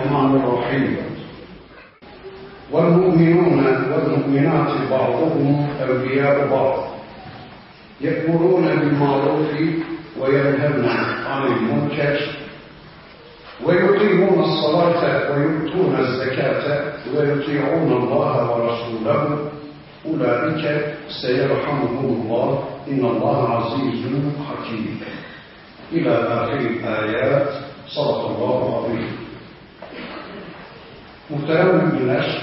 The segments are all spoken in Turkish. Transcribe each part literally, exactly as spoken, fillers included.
الرحمن الرحيم والمؤمنون والمؤمنات بعضهم أولياء بعض يأمرون بالمعروف وينهون عن المنكر ويقيمون الصلاة ويؤتون الزكاة ويطيعون الله ورسوله أولئك سيرحمهم الله إن الله عزيز حكيم إلى آخر الآيات صدق الله العظيم. Muhterem müminler,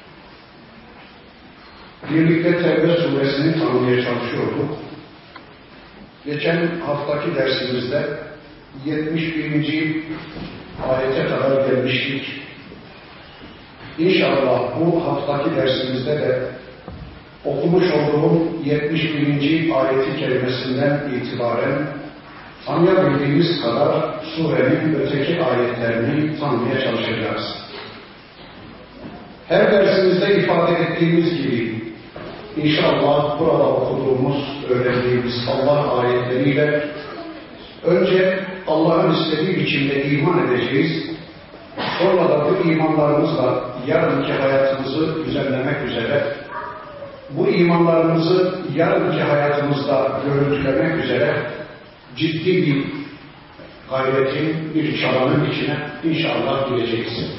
birlikte Tevbe suresini tanımaya çalışıyorduk. Geçen haftaki dersimizde yetmiş birinci ayete kadar gelmiştik. İnşallah bu haftaki dersimizde de okumuş olduğum yetmiş birinci ayeti kerimesinden itibaren tanıyabildiğimiz kadar surenin öteki ayetlerini tanımaya çalışacağız. Her dersimizde ifade ettiğimiz gibi inşallah burada okuduğumuz, öğrendiğimiz Allah ayetleriyle önce Allah'ın istediği biçimde iman edeceğiz. Sonra da bu imanlarımızla yarınki hayatımızı düzenlemek üzere, bu imanlarımızı yarınki hayatımızda görüntülemek üzere ciddi bir gayretin, bir çabanın içine inşallah gireceğiz.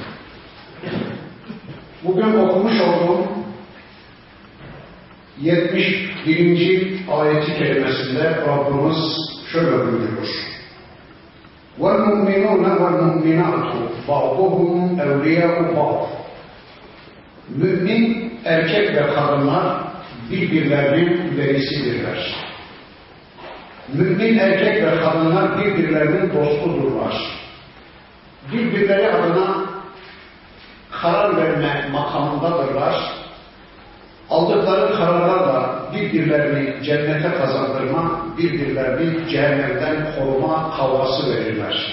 Bugün okumuş olduğum yetmiş birinci ayeti kerimesinde Rabbimiz şöyle buyuruyor. وَالْمُؤْمِنُونَ وَالْمُؤْمِنَاتُ بَعْضُهُمْ اَوْلِيَاءُ بَعْضٍ Mümin erkek ve kadınlar birbirlerinin velisidirler. Mümin erkek ve kadınlar birbirlerinin dostudurlar. Birbirleri adına karar verme makamındadırlar. Aldıkları kararlarla birbirlerini cennete kazandırma, birbirlerini cehennemden koruma kavgası verirler.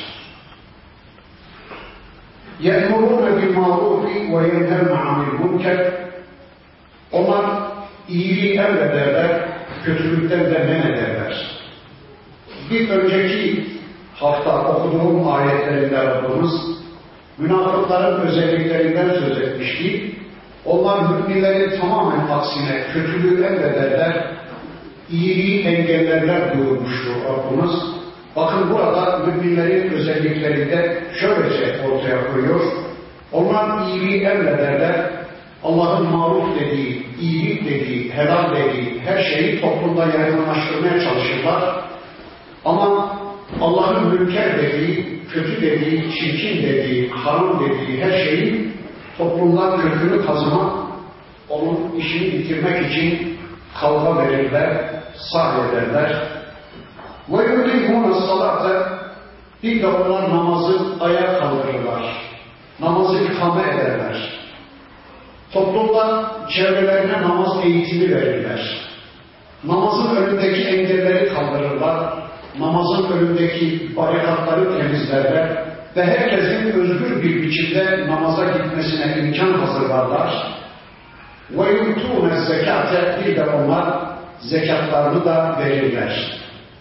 يَأْمُرُونَ بِالْمَعْرُوفِ وَيَنْهَوْنَ عَنِ الْمُنكَرِ Onlar iyiliği emrederler, kötülükten de men ederler. Bir önceki hafta okuduğum ayetlerinde Rabbimiz münafıkların özelliklerinden söz etmişti. Onlar müminlerin tamamen aksine kötülüğü emrederler, iyiliği engellerler buyurmuştu Rabbimiz. Bakın burada müminlerin özelliklerinde şöylece ortaya koyuyor. Onlar iyiliği emrederler, Allah'ın maruf dediği, iyilik dediği, helal dediği her şeyi toplumda yaygınlaştırmaya çalışırlar. Ama Allah'ın münker dediği, kötü dediği, çirkin dediği, haram dediği her şeyi toplumdan kökünü kazımak, onun işini bitirmek için kavga verirler, sahnederler. وَيُقِيمُونَ الصَّلَاةَ Bir de onlar namazı ayağa kaldırırlar. Namazı ikame ederler. Toplumda çevrelerine namaz eğitimi verirler. Namazın önündeki engelleri kaldırırlar. Namazın önündeki barikatları temizlerler ve herkesin özgür bir biçimde namaza gitmesine imkan hazırlarlar. وَيُؤْتُونَ الزَّكَاةَ Bir de onlar zekatlarını da verirler.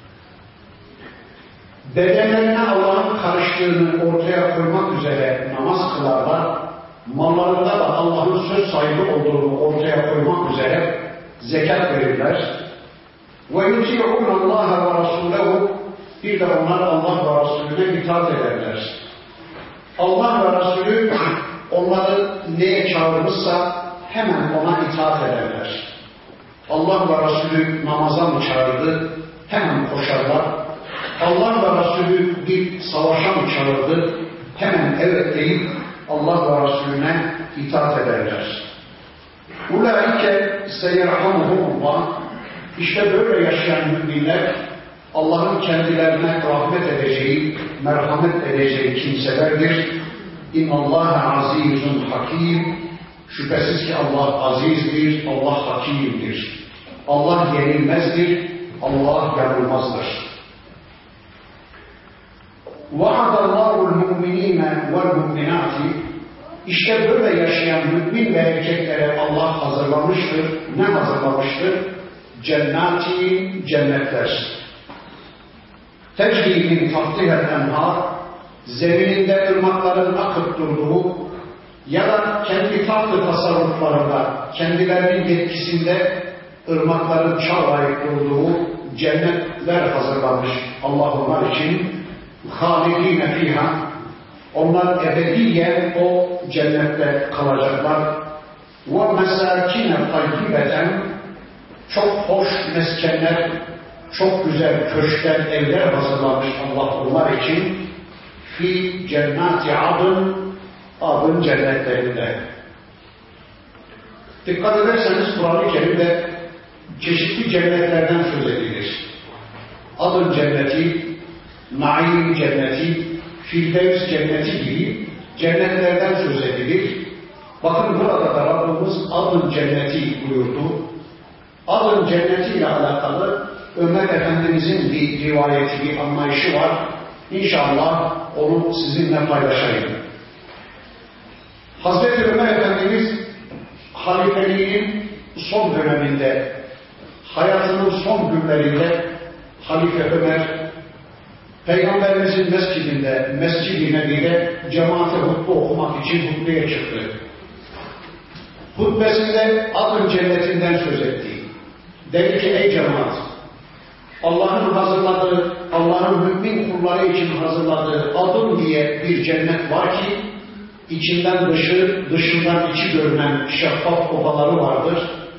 Bedenlerine Allah'ın karıştığını ortaya koymak üzere namaz kılarlar. Mallarında da Allah'ın söz sahibi olduğunu ortaya koymak üzere zekat verirler. وَيُطِيعُونَ اللّٰهَ وَرَسُولَهُ Bir de onlar Allah ve Resulüne itaat ederler. Allah ve Resulü onları neye çağırmışsa hemen ona itaat ederler. Allah ve Resulü namaza mı çağırdı? Hemen koşarlar. Allah ve Resulü bir savaşa mı çağırdı? Hemen evet deyip Allah ve Resulüne itaat ederler. اُولَٰئِكَ سَيَرْحَمُهُمُ اللّٰهِ İşte böyle yaşayan müminler Allah'ın kendilerine rahmet edeceği, merhamet edeceği kimselerdir. اِنَّ اللّٰهَ عَز۪يزٌ حَك۪يمٌ Şüphesiz ki Allah azizdir, Allah hakimdir. Allah yenilmezdir, Allah yanılmazdır. وَعَدَ اللّٰهُ الْمُؤْمِنِينَ وَالْمُؤْمِنَاتِ İşte böyle yaşayan mümin ve erkeklere Allah hazırlamıştır. Ne hazırlamıştır? Cennati cennetler. Tecri min tahtihel enhar zemininde ırmakların akıp durduğu ya da kendi tatlı tasarruflarında, kendilerinin yetkisinde ırmakların çağlayıp durduğu cennetler hazırlanmış Allah onlar için. خَالِد۪ينَ ف۪يهَا Onlar ebediyen o cennette kalacaklar. وَمَسَاكِنَ طَيِّبَةً Çok hoş meskenler, çok güzel köşkler, evler hazırlanmış Allah onlar için. fi cennati adın adın cennetlerinde. Dikkat ederseniz Kur'an-ı Kerim'de çeşitli cennetlerden söz edilir. Adın cenneti, Naim cenneti, Firdevs cenneti gibi cennetlerden söz edilir. Bakın burada da Rabbimiz adın cenneti buyurdu. Adın cennetiyle alakalı Ömer Efendimizin bir rivayeti, bir anlayışı var. İnşallah onu sizinle paylaşayım. Hazreti Ömer Efendimiz halifeliğinin son döneminde, hayatının son günlerinde Halife Ömer Peygamberimizin mescidinde, Mescid-i Nebi'de cemaate hutbe okumak için hutbeye çıktı. Hutbesinde adın cennetinden söz etti. Dedi ki ey cemaat, Allah'ın hazırladığı, Allah'ın mümin kulları için hazırladığı adın diye bir cennet var ki içinden dışı, dışından içi görünen şeffaf odaları vardır.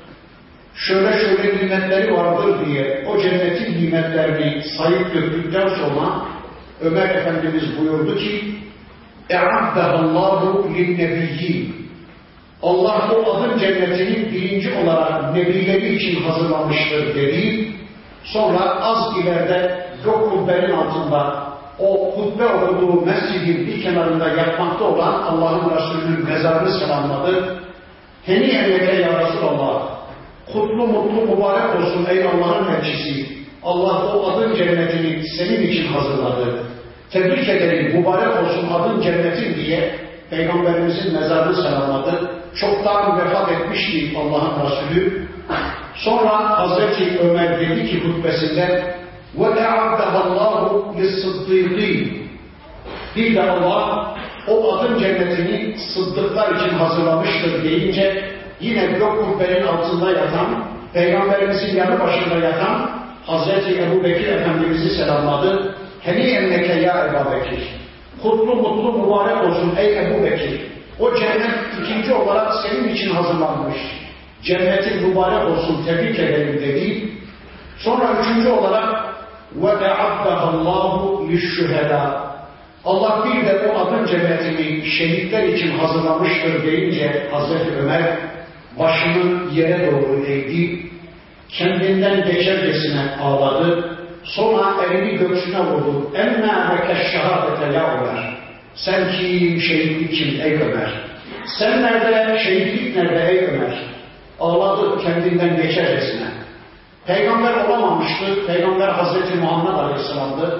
Şöyle şöyle nimetleri vardır diye o cennetin nimetlerini sayıp döktükten sonra Ömer Efendimiz buyurdu ki اَعَدَّهَ اللّٰهُ لِلنَّبِيِّينَ Allah o adın cennetini birinci olarak nebileri için hazırlamıştır dedi. Sonra az ileride gök kubbenin altında o hutbe okuduğu mescidin bir kenarında yatmakta olan Allah'ın Resulü'nün mezarını selamladı. Heniyen leke ya Resulallah, kutlu mutlu mübarek olsun ey Allah'ın elçisi. Allah o adın cennetini senin için hazırladı. Tebrik ederim, mübarek olsun adın cennetin diye Peygamberimizin mezarını selamladı. Çoktan vefat etmişti Allah'ın Resulü. Sonra Hazreti Ömer dedi ki hutbesinde وَاَعَبَّهَا اللّٰهُ لِلصِّدِّيقِينَ Bir de Allah o adın cennetini sıddıklar için hazırlamıştır deyince yine gök kubbenin altında yatan, Peygamberimizin yanı başında yatan Hazreti Ebu Bekir Efendimiz'i selamladı. Heniyen leke ya Ebu Bekir. Kutlu mutlu mübarek olsun ey Ebu Bekir. O cennet ikinci olarak senin için hazırlanmış. Cennetin mübarek olsun, tebrik ederim dedi. Sonra üçüncü olarak وَاَعَبَّهَا اللّٰهُ لِلشُّهَدَى Allah bir de o adın cennetini şehitler için hazırlamıştır deyince Hazreti Ömer başını yere doğru eğdi, kendinden geçercesine ağladı. Sonra elini göğsüne vurdu. اَنَّا لَكَ الشَّهَادَةَ يَا Ömer. Sen kim, şehitlik kim ey Ömer? Sen nerede, şehitlik nerede ey Ömer? Ağladı kendinden geçercesine. Peygamber olamamıştı. Peygamber Hazreti Muhammed Aleyhisselam'dı.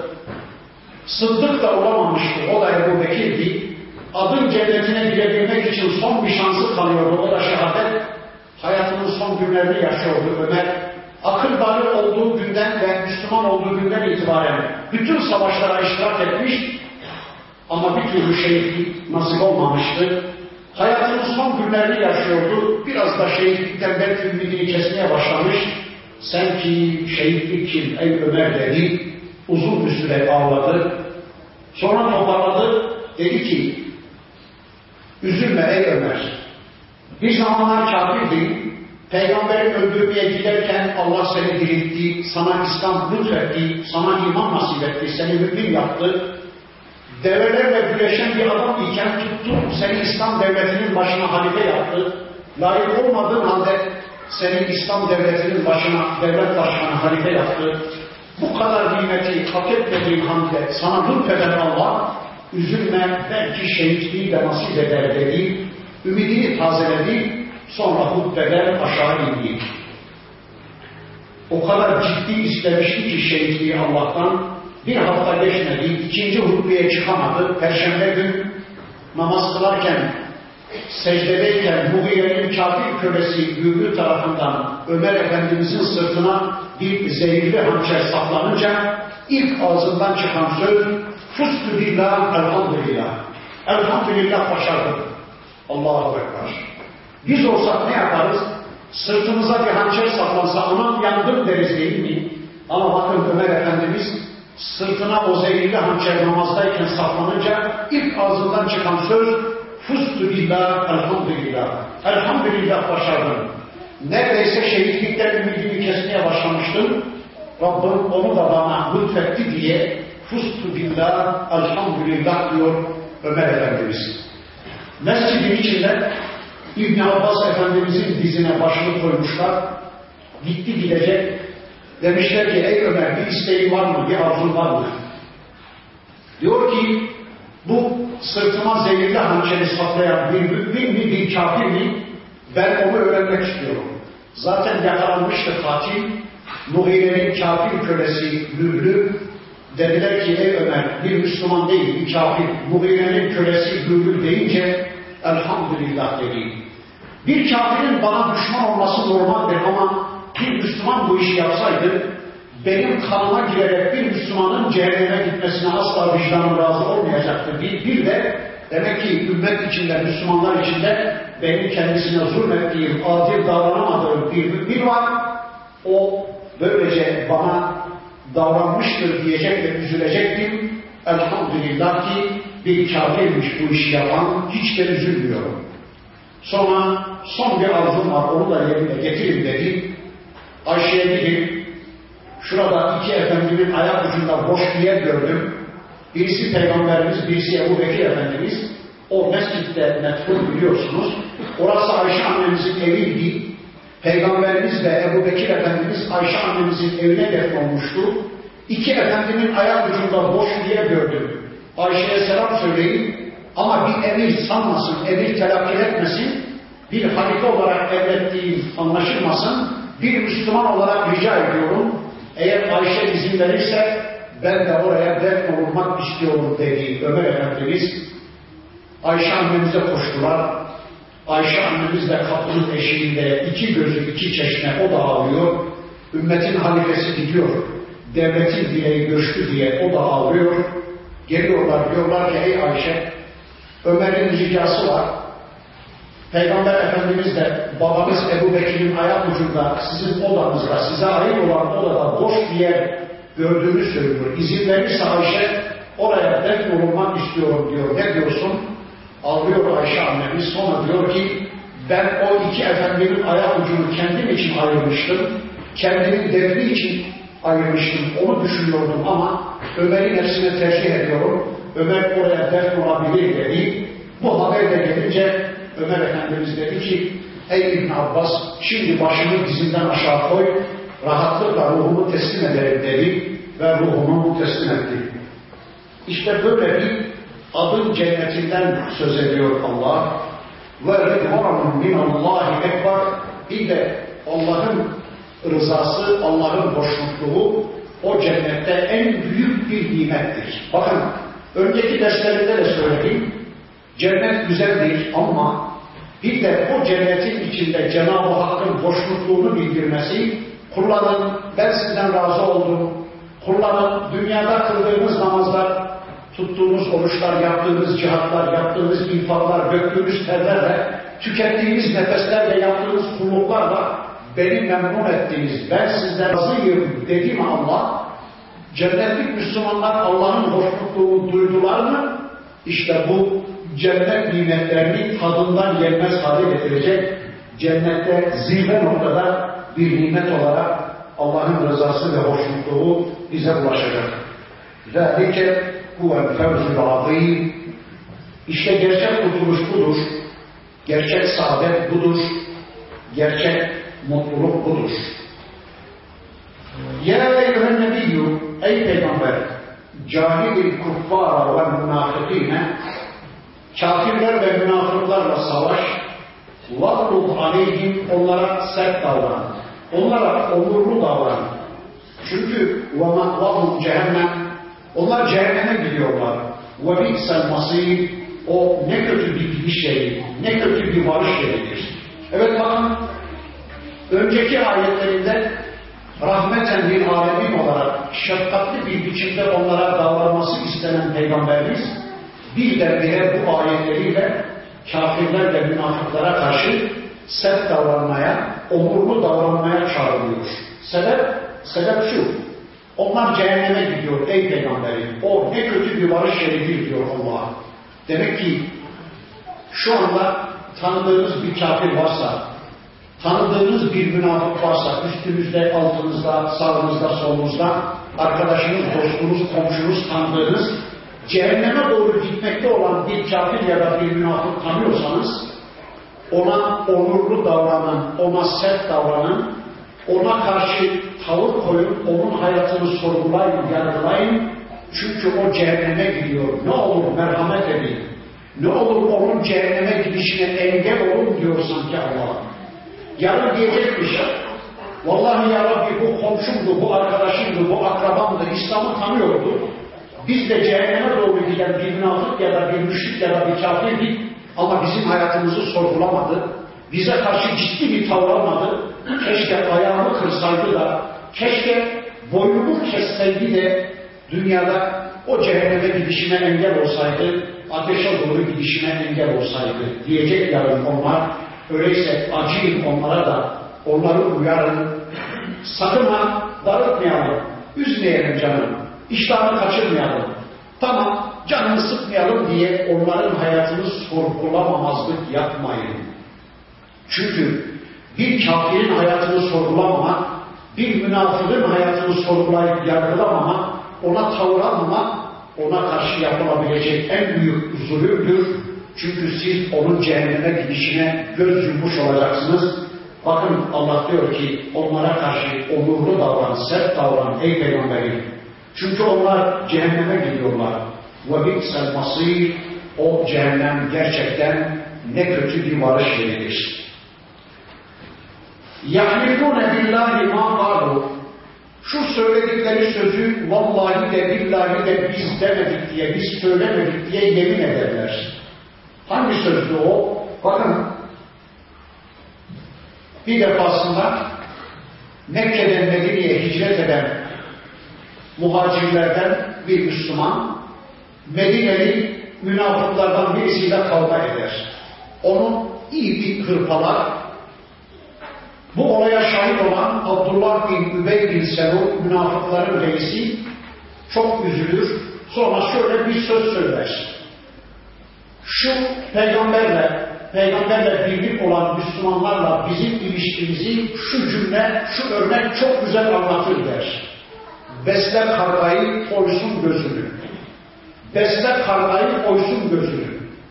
Sıddık da olamamıştı. O da Ebu Bekir'di. Adın cennetine girebilmek için son bir şansı kalıyordu. O da şehadet. Hayatının son günlerini yaşıyordu Ömer. Akıldarı olduğu günden ve Müslüman olduğu günden itibaren bütün savaşlara iştirak etmiş ama bir türlü şehitlik nasip olmamıştı. Hayatının son günlerini yaşıyordu. Biraz da şehitlikten belki ümidini kesmeye başlamış. Sen ki şehitlik kim ey Ömer dedi. Uzun bir süre ağladı. Sonra toparladı. Dedi ki üzülme ey Ömer. Bir zamanlar kafirdi. Peygamberin öldürmeye giderken Allah seni diriltti. Sana İslam lütfetti. Sana iman nasip etti. Seni mümin yaptı. Develerle güreşen bir adam iken tuttu. Seni İslam devletinin başına halife yaptı. Layık olmadığın halde seni İslam devletinin başına, devlet başkanı halife yaptı. Bu kadar nimeti hak etmediğin halde sana lütfeden Allah, üzülme belki şehitliği de nasip eder dedi. Ümidini tazeledi. Sonra hutbeden aşağı indi. O kadar ciddi istemişti ki şehitliği Allah'tan. Bir hafta geçmedi. İkinci hutbeye çıkamadı. Perşembe gün namaz kılarken, secdedeyken Muhire'nin kafir kölesi Gübrü tarafından Ömer Efendimizin sırtına bir zehirli hançer saplanınca ilk ağzından çıkan söz Fustu billah, elhamdülillah. Elhamdülillah başardık. Allahu Ekber. Biz olsak ne yaparız? Sırtımıza bir hançer saplansa anam yandım deriz değil mi? Ama bakın Ömer Efendimiz sırtına o zehirli hançer namazdayken saplanınca ilk ağzından çıkan söz fustu billah, elhamdülillah. Elhamdülillah başardım. Neredeyse şehitlikten ümidini kesmeye başlamıştım. Rabbim onu da bana lütfetti diye fustu billah, elhamdülillah diyor Ömer Efendimiz. Mescidin içinde İbn Abbas Efendimizin dizine başını koymuşlar. Gitti gidecek. Demişler ki ey Ömer bir isteğin var mı? Bir arzun var mı? Diyor ki bu sırtıma zehirli hançeri saplayan bir mümin mi bir kafir mi? Ben onu öğrenmek istiyorum. Zaten yakalanmıştı katil. Muhire'nin kafir kölesi Bülbül. Dediler ki ey Ömer bir Müslüman değil bir kafir. Muhire'nin kölesi Bülbül deyince elhamdülillah dedi. Bir kafirin bana düşman olması normaldir ama bir Müslüman bu işi yapsaydı benim kanıma girerek bir Müslümanın cehenneme gitmesine asla vicdanım razı olmayacaktır. Bir, bir de demek ki ümmet içinde, Müslümanlar içinde benim kendisine zulmettiğim, adil davranamadığım bir mümin var. O böylece bana davranmıştır diyecek ve üzülecektim. Elhamdülillah ki bir kafirmiş bu işi yapan, hiç de üzülmüyorum. Sonra son bir arzum var, onu da yerine getirin dedi. Ayşe'ye gidin, şurada iki efendimin ayak ucunda boş bir yer gördüm. Birisi Peygamberimiz, birisi Ebu Bekir Efendimiz. O mescitte metful biliyorsunuz. Orası Ayşe annemizin eviydi. Peygamberimiz ve Ebu Bekir Efendimiz Ayşe annemizin evine defnolmuştu. İki efendimin ayak ucunda boş bir yer gördüm. Ayşe'ye selam söyleyin ama bir emir sanmasın, emir telakki etmesin. Bir halife olarak emrettiğim anlaşılmasın. Bir Müslüman olarak rica ediyorum. Eğer Ayşe izin verirse ben de oraya defnolunmak istiyorum dedi Ömer Efendimiz. Ayşe annemize koştular. Ayşe annemiz de kapının eşiğinde iki gözü iki çeşme o da ağlıyor. Ümmetin halifesi gidiyor. Devletin dileği göçtü diye o da ağlıyor. Geliyorlar diyorlar ki ey Ayşe Ömer'in ricası var. Peygamber Efendimiz de babanız Ebu Bekir'in ayak ucunda sizin odanızda, size ait olan odada boş bir yer gördüğünü söylüyor. İzin verirse Ayşe oraya defnolunmak istiyorum diyor. Ne diyorsun? Ağlıyor Ayşe annemiz. Sonra diyor ki ben o iki efendinin ayak ucunu kendim için ayırmıştım. Kendimin defni için ayırmıştım. Onu düşünüyordum ama Ömer'in nefsine tercih ediyorum. Ömer oraya defnolabilir dedi. Bu haberle gelince Ömer Efendimiz dedi ki ey İbn Abbas şimdi başını dizinden aşağı koy rahatlıkla ruhumu teslim ederim dedi ve ruhumu teslim etti. İşte böyle bir adın cennetinden söz ediyor Allah. Ve ridvanun minallahi ekber. Bir de Allah'ın rızası, Allah'ın hoşnutluğu o cennette en büyük bir nimettir. Bakın önceki derslerimde de söyledim. Cennet güzeldir ama bir de o cennetin içinde Cenab-ı Hakk'ın hoşnutluğunu bildirmesi, kulların ben sizden razı oldum, kulların dünyada kıldığımız namazlar, tuttuğumuz oruçlar, yaptığımız cihatlar, yaptığımız infaklar, döktüğümüz terlerle, tükettiğimiz nefeslerle, yaptığımız kulluklarla beni memnun ettiniz, ben sizden razıyım dedi mi Allah? Cennetlik Müslümanlar Allah'ın hoşnutluğunu duydular mı? İşte bu cennet nimetlerini tadından yenmez hale getirecek, cennette zirve noktada bir nimet olarak Allah'ın rızası ve hoşnutluğu bize ulaşacak. ذَٰلِكَ هُوَ الْفَوْزُ الْعَظِيمِ. İşte gerçek kurtuluş budur, gerçek saadet budur, gerçek mutluluk budur. يَا اَيْهَا النَّبِيُّ Ey Peygamber! Cahil-i kuffara ve münafıkîne kafirler ve münafıklarla savaş, وَغْلُبْ عَلَيْهِمْ onlara sert davran, onlara onurlu davran. Çünkü وَمَقْوَهُمْ cehennem onlar cehenneme gidiyorlar. وَبِئْسَ الْمَصِيرِ o ne kötü bir gidiş yeri, ne kötü bir varış yeridir. Evet bakın, önceki ayetlerinde rahmeten lil alemin olarak şefkatli bir biçimde onlara davranması istenen Peygamberimiz birdenbire bu ayetleriyle kafirler ve münafıklara karşı sert davranmaya, onurlu davranmaya çağırıyor. Sebep? Sebep şu. Onlar cehenneme gidiyor ey Peygamberim. O ne kötü bir varış yeridir diyor Allah. Demek ki şu anda tanıdığınız bir kafir varsa, tanıdığınız bir münafık varsa, üstünüzde, altınızda, sağınızda, solunuzda, arkadaşınız, dostunuz, komşunuz, tanıdığınız, cehenneme doğru gitmekte olan bir kafir ya da bir münafık tanıyorsanız, ona onurlu davranın, ona sert davranın, ona karşı tavır koyun, onun hayatını sorgulayın, yargılayın. Çünkü o cehenneme gidiyor. Ne olur merhamet edin. Ne olur onun cehenneme gidişine engel olun diyor sanki Allah. Yarın diyecek bir şey. Vallahi ya Rabbi bu komşumdu, bu arkadaşımdı, bu akrabamdı, İslam'ı tanıyordu. Biz de cehenneme doğru giden bir münafık ya da bir müşrik ya da bir kafirdik. Ama bizim hayatımızı sorgulamadı. Bize karşı ciddi bir tavır almadı. Keşke ayağımı kırsaydı da, keşke boynumu kesseydi de dünyada o cehenneme gidişine engel olsaydı, ateşe doğru gidişine engel olsaydı diyecek yarın onlar. Öyleyse acıyın onlara da, onları uyarın. Sakın ha darıltmayalım, üzmeyelim canım, iştahını kaçırmayalım. Tamam, canını sıkmayalım diye onların hayatını sorgulamamazlık yapmayın. Çünkü bir kafirin hayatını sorgulamamak, bir münafığın hayatını sorgulayıp yargılamamak, ona tavır almamak, ona karşı yapılabilecek en büyük zulümdür. Çünkü siz onun cehenneme gidişine göz yummuş olacaksınız. Bakın Allah diyor ki onlara karşı onurlu davran, sert davran ey Peygamberim. Çünkü onlar cehenneme gidiyorlar. وَبِئْسَ الْمَصِيرِ O cehennem gerçekten ne kötü bir varış yeridir. يَحْلِفُونَ بِاللّٰهِ مَا قَالُوا Şu söyledikleri sözü vallahi de billahi de biz demedik diye, biz söylemedik diye yemin ederler. Hangi sözdü o? Bakın, bir defasında Mekke'den Medine'ye hicret eden muhacirlerden bir Müslüman, Medineli münafıklardan birisiyle kavga eder. Onu iyi bir hırpalar. Bu olaya şahit olan Abdullah bin Übey bin Selul, münafıkların reisi, çok üzülür. Sonra şöyle bir söz söyler. Şu peygamberle, peygamberle birlik olan Müslümanlarla bizim ilişkimizi şu cümle, şu örnek çok güzel anlatır der. Besle kargayı, koysun gözünü. Besle kargayı, koysun gözünü.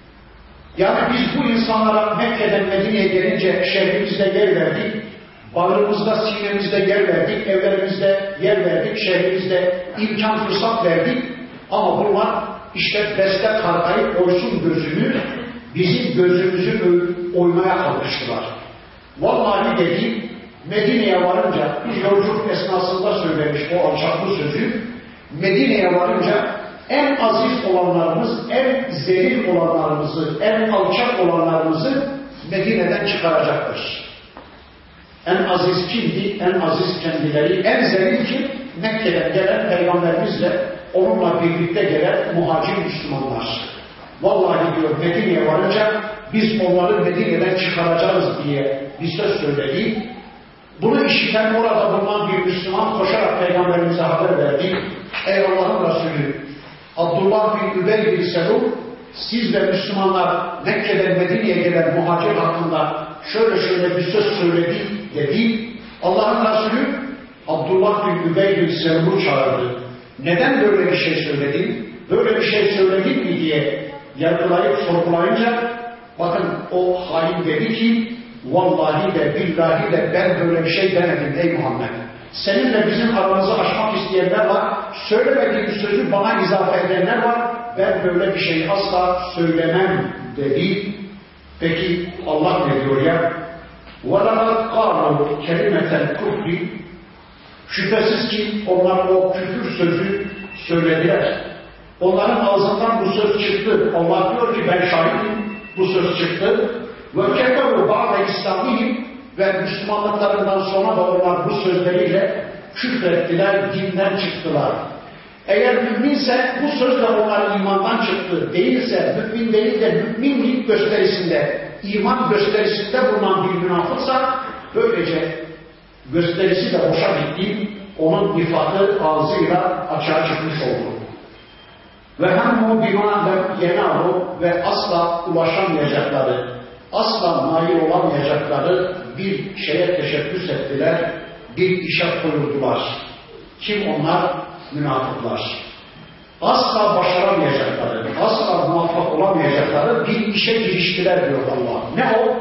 Yani biz bu insanlara Mekke'den Medine'ye gelince şehrimizde yer verdik, bağrımızda, sinemizde yer verdik, evlerimizde yer verdik, şehrimizde imkan fırsat verdik. Ama bunlar işte besle kargayı, koysun gözünü, bizim gözümüzü oymaya kalkıştılar. Vallahi dedi, Medine'ye varınca, bir yolculuk esnasında söylemiş o alçaklı sözü, Medine'ye varınca en aziz olanlarımız, en zelil olanlarımızı, en alçak olanlarımızı Medine'den çıkaracaktır. En aziz kimdi? En aziz kendileri. En zelil kim? Mekke'den gelen Peygamberimizle onunla birlikte gelen muhacir Müslümanlar. Vallahi diyor Medine'ye varınca biz onları Medine'den çıkaracağız diye bir söz söyledi. Bunu işiten orada bulunan bir Müslüman koşarak Peygamberimize haber verdi. Ey Allah'ın Resulü, Abdullah bin Übey bin Selul, siz de Müslümanlar Mekke'den Medine'ye gelen muhacir hakkında şöyle şöyle bir söz söyledi dedi. Allah'ın Resulü Abdullah bin Übey bin Selul'u çağırdı. Neden böyle bir şey söyledin? Böyle bir şey söyledin mi diye yargılayıp sorgulayınca bakın o hain dedi ki vallahi de billahi de ben böyle bir şey demedim ey Muhammed. Seninle bizim aramızı aşmak isteyenler var. Söylemediğim sözü bana izafe edenler var. Ben böyle bir şeyi asla söylemem dedi. Peki Allah ne diyor ya? وَلَقَدْ قَالُوا كَلِمَةَ الْكُفْرِ Şüphesiz ki onlar o küfür sözü söylediler. Onların ağzından bu söz çıktı. Allah diyor ki ben şahidim. Bu söz çıktı. وَكَفَرُوا بَعْدَ İslamihim ve Müslümanlıklarından sonra da onlar bu sözleriyle küfrettiler, dinden çıktılar. Eğer müminse bu sözle onlar imandan çıktı. Değilse, mümin değil de müminlik gösterisinde, iman gösterisinde bulunan bir münafıksa böylece gösterisi de boşa gitti. Onun nifakı ağzıyla açığa çıkmış oldu. Ve hemmu bima lem yenahu ve asla ulaşamayacakları, asla nail olamayacakları bir şeye teşebbüs ettiler, bir işe koyuldular. Kim onlar? Münafıklar. Asla başaramayacakları, asla muvaffak olamayacakları bir işe giriştiler diyor Allah. Ne o?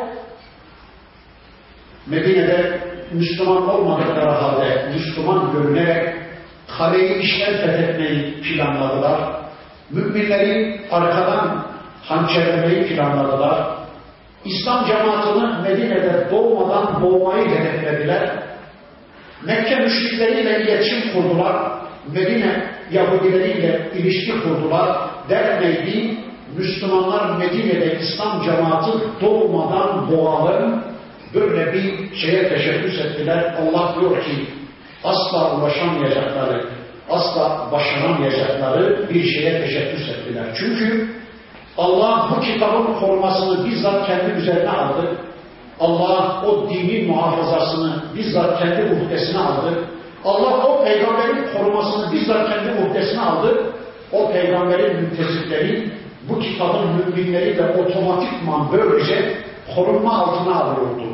Medine'de Müslüman olmadıkları halde Müslüman görünerek kaleyi işgal fethetmeyi planladılar. Müminleri arkadan hançerlemeyi planladılar. İslam cemaatini Medine'de doğmadan boğmayı hedeflediler. Mekke müşrikleriyle iletişim kurdular. Medine Yahudileriyle ilişki kurdular. Derleydi, Müslümanlar Medine'de İslam cemaati doğmadan boğalım, böyle bir şeye teşebbüs ettiler. Allah diyor ki asla ulaşamayacakları, asla başaramayacakları bir şeye teşebbüs ettiler. Çünkü Allah bu kitabın korumasını bizzat kendi üzerine aldı. Allah o dinin muhafazasını bizzat kendi uhdesine aldı. Allah o peygamberin korumasını bizzat kendi uhdesine aldı. O peygamberin müntesipleri, bu kitabın müminleri de otomatikman böylece korunma altına alıyordu.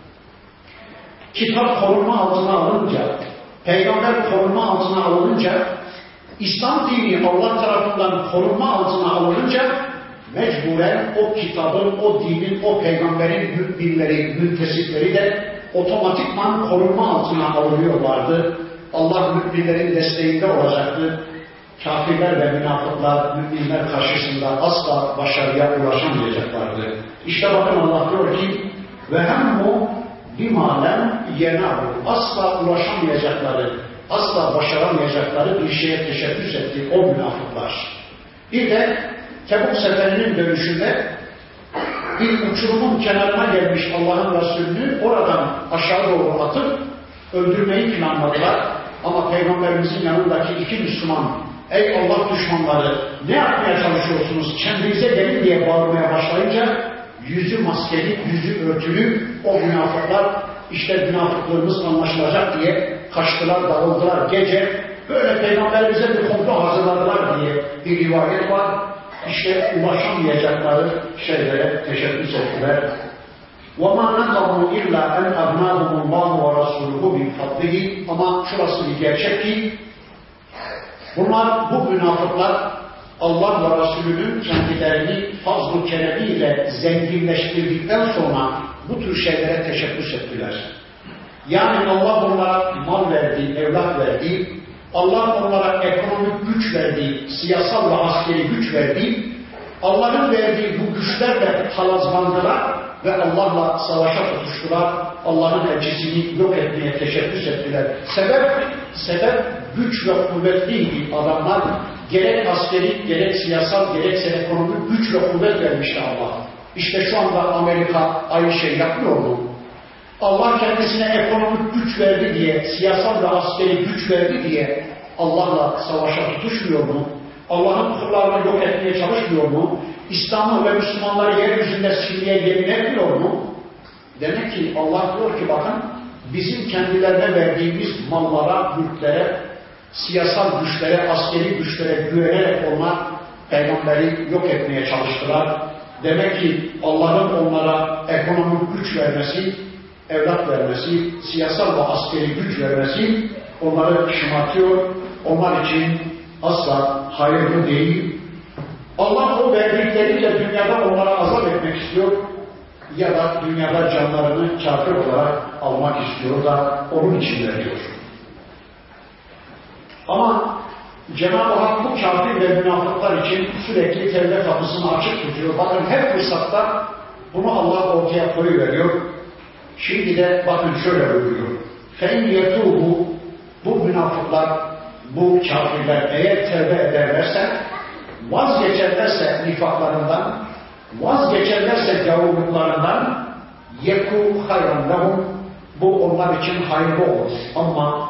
Kitap korunma altına alınca, peygamber korunma altına alınca, İslam dini Allah tarafından korunma altına alınca, mecburen o kitabın, o dinin, o peygamberin müminleri, müntesipleri de otomatikman korunma altına alınıyorlardı. Allah müminlerin desteğinde olacaktı. Kafirler ve münafıklar müminler karşısında asla başarıya ulaşamayacaklardı. İşte bakın Allah diyor ki ve hemmu bima lem yenahu, asla ulaşamayacakları, asla başaramayacakları bir şeye teşebbüs etti o münafıklar. Bir de Tebuk seferinin dönüşünde bir uçurumun kenarına gelmiş Allah'ın Resulü'nü oradan aşağı doğru atıp öldürmeyi planladılar. Ama Peygamberimizin yanındaki iki Müslüman, ey Allah düşmanları, ne yapmaya çalışıyorsunuz, kendinize gelin diye bağırmaya başlayınca yüzü maskeli, yüzü örtülü o münafıklar, işte münafıklığımız anlaşılacak diye kaçtılar, dağıldılar. Gece böyle Peygamberimize bir komplo hazırladılar diye bir rivayet var. İşte ulaşamayacakları şeylere teşebbüs ettiler. وَمَا نَقَمُوا اِلَّا اَنْ اَبْنَاهُمُ اللّٰهُ وَرَسُولُهُ مِنْ فَضْلِهِ Ama şurası bir gerçek ki bunlar, bu münafıklar Allah ve Resulü'nün kendilerini fazl-ı keremiyle zenginleştirdikten sonra bu tür şeylere teşebbüs ettiler. Yani Allah onlara mal verdi, evlat verdi, Allah onlara ekonomik güç verdi, siyasal ve askeri güç verdi. Allah'ın verdiği bu güçlerle palazlandılar ve Allah'la savaşa tutuştular. Allah'ın elçisini yok etmeye teşebbüs ettiler. Sebep, sebep güç ve kuvvetliydi adamlar. Gerek askeri, gerek siyasal, gerekse ekonomik güç ve kuvvet vermişti Allah. İşte şu anda Amerika aynı şey yapmıyor mu? Allah kendisine ekonomik güç verdi diye, siyasal ve askeri güç verdi diye Allah'la savaşa tutuşmuyor mu? Allah'ın kullarını yok etmeye çalışmıyor mu? İslam'ı ve Müslümanları yeryüzünde silmeye yemin etmiyor mu? Demek ki Allah diyor ki bakın, bizim kendilerine verdiğimiz mallara, mülklere, siyasal güçlere, askeri güçlere güvenerek onlar peygamberi yok etmeye çalıştılar. Demek ki Allah'ın onlara ekonomik güç vermesi, evlat vermesi, siyasal ve askeri güç vermesi onları şımartıyor. Onlar için asla hayırlı değil. Allah o verdikleriyle dünyada onlara azap etmek istiyor ya da dünyada canlarını kafir olarak almak istiyor da onun için veriyor. Ama Cenab-ı Hak bu kafir ve münafıklar için sürekli tevbe kapısını açık tutuyor. Bakın her fırsatta bunu Allah ortaya koyuveriyor. Şimdi de bakın şöyle buyuruyor. فَاِنْ يَتُوبُ Bu münafıklar, bu kafirler eğer tevbe ederlerse, vazgeçerlerse nifaklarından, vazgeçerlerse gavurluklarından يَكُوا خَيْرًا لَهُمْ Bu onlar için hayırlı olur. Ama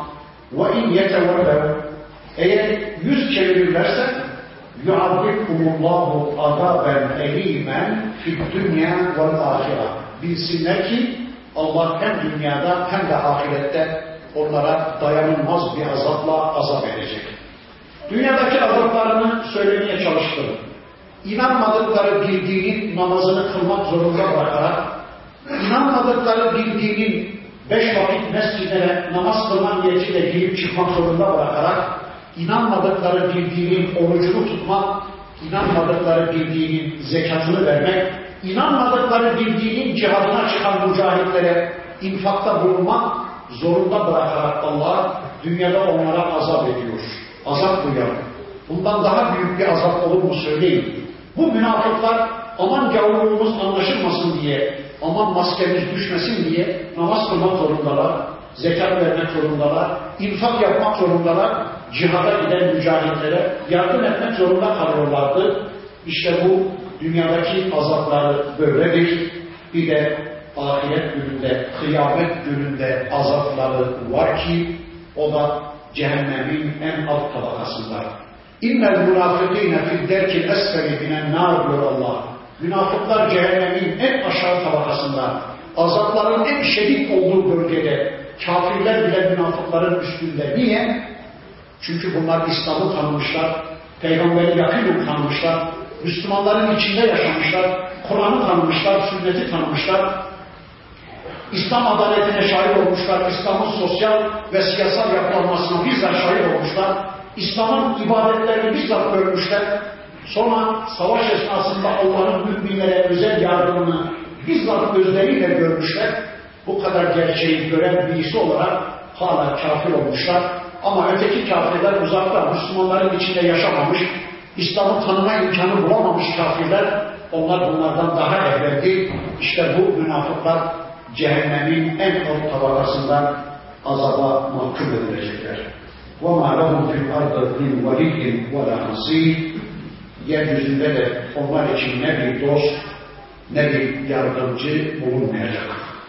وَاِنْ يَتَوَلَّوْا Eğer yüz çevirirlerse يُعَذِّبْكُمُ اللّٰهُ عَذَابًا اَل۪يمًا فِي الدُّنْيَا وَالْآخِرَةِ Bilsinler ki Allah hem dünyada hem de ahirette onlara dayanılmaz bir azapla azap edecek. Dünyadaki azaplarını söylemeye çalıştım. İnanmadıkları bir dinin namazını kılmak zorunda bırakarak, inanmadıkları bir dinin beş vakit mescidine namaz kılma niyetiyle girip çıkmak zorunda bırakarak, inanmadıkları bir dinin orucunu tutmak, inanmadıkları bir dinin zekatını vermek, inanmadıkları bir dinin cihadına çıkan mücahitlere infakta bulunmak zorunda bırakarak Allah dünyada onlara azap ediyor. Azap duyar. Bundan daha büyük bir azap olur mu söyleyin. Bu münafıklar aman gavurluğumuz anlaşılmasın diye, aman maskemiz düşmesin diye namaz kılmak zorundalar, zekat vermek zorundalar, infak yapmak zorundalar, cihada giden mücahitlere yardım etmek zorunda kalıyorlardı. İşte bu dünyadaki azapları böyledir. Bir de ahiret gününde, kıyamet gününde azapları var ki o da cehennemin en alt tabakasında. İnnel münafıkîne fid derkil esfeli minen nâr diyor Allah. Münafıklar cehennemin en aşağı tabakasında, azapların en şiddet olduğu bölgede, kafirler bile münafıkların üstünde. Niye? Çünkü bunlar İslam'ı tanımışlar, Peygamberi yakînen tanımışlar, Müslümanların içinde yaşamışlar, Kur'an'ı tanımışlar, sünneti tanımışlar, İslam adaletine şahit olmuşlar, İslam'ın sosyal ve siyasal yapılanmasına bizzat şahit olmuşlar, İslam'ın ibadetlerini bizzat görmüşler, sonra savaş esnasında Allah'ın müminlere özel yardımını bizzat gözleriyle görmüşler. Bu kadar gerçeği gören birisi olarak hala kafir olmuşlar. Ama öteki kafirler uzakta, Müslümanların içinde yaşamamış, İslam'ı tanıma imkanı bulamamış kafirler, onlar bunlardan daha evveldi. İşte bu münafıklar cehennemin en alt tabakasından azaba mahkum edilecekler. وَمَا لَهُمْ فِي الْاَرْضِ مِنْ وَلِيٍّ وَلَا نَصِيرٍ Yeryüzünde de onlar için ne bir dost, ne bir yardımcı bulunmayacak.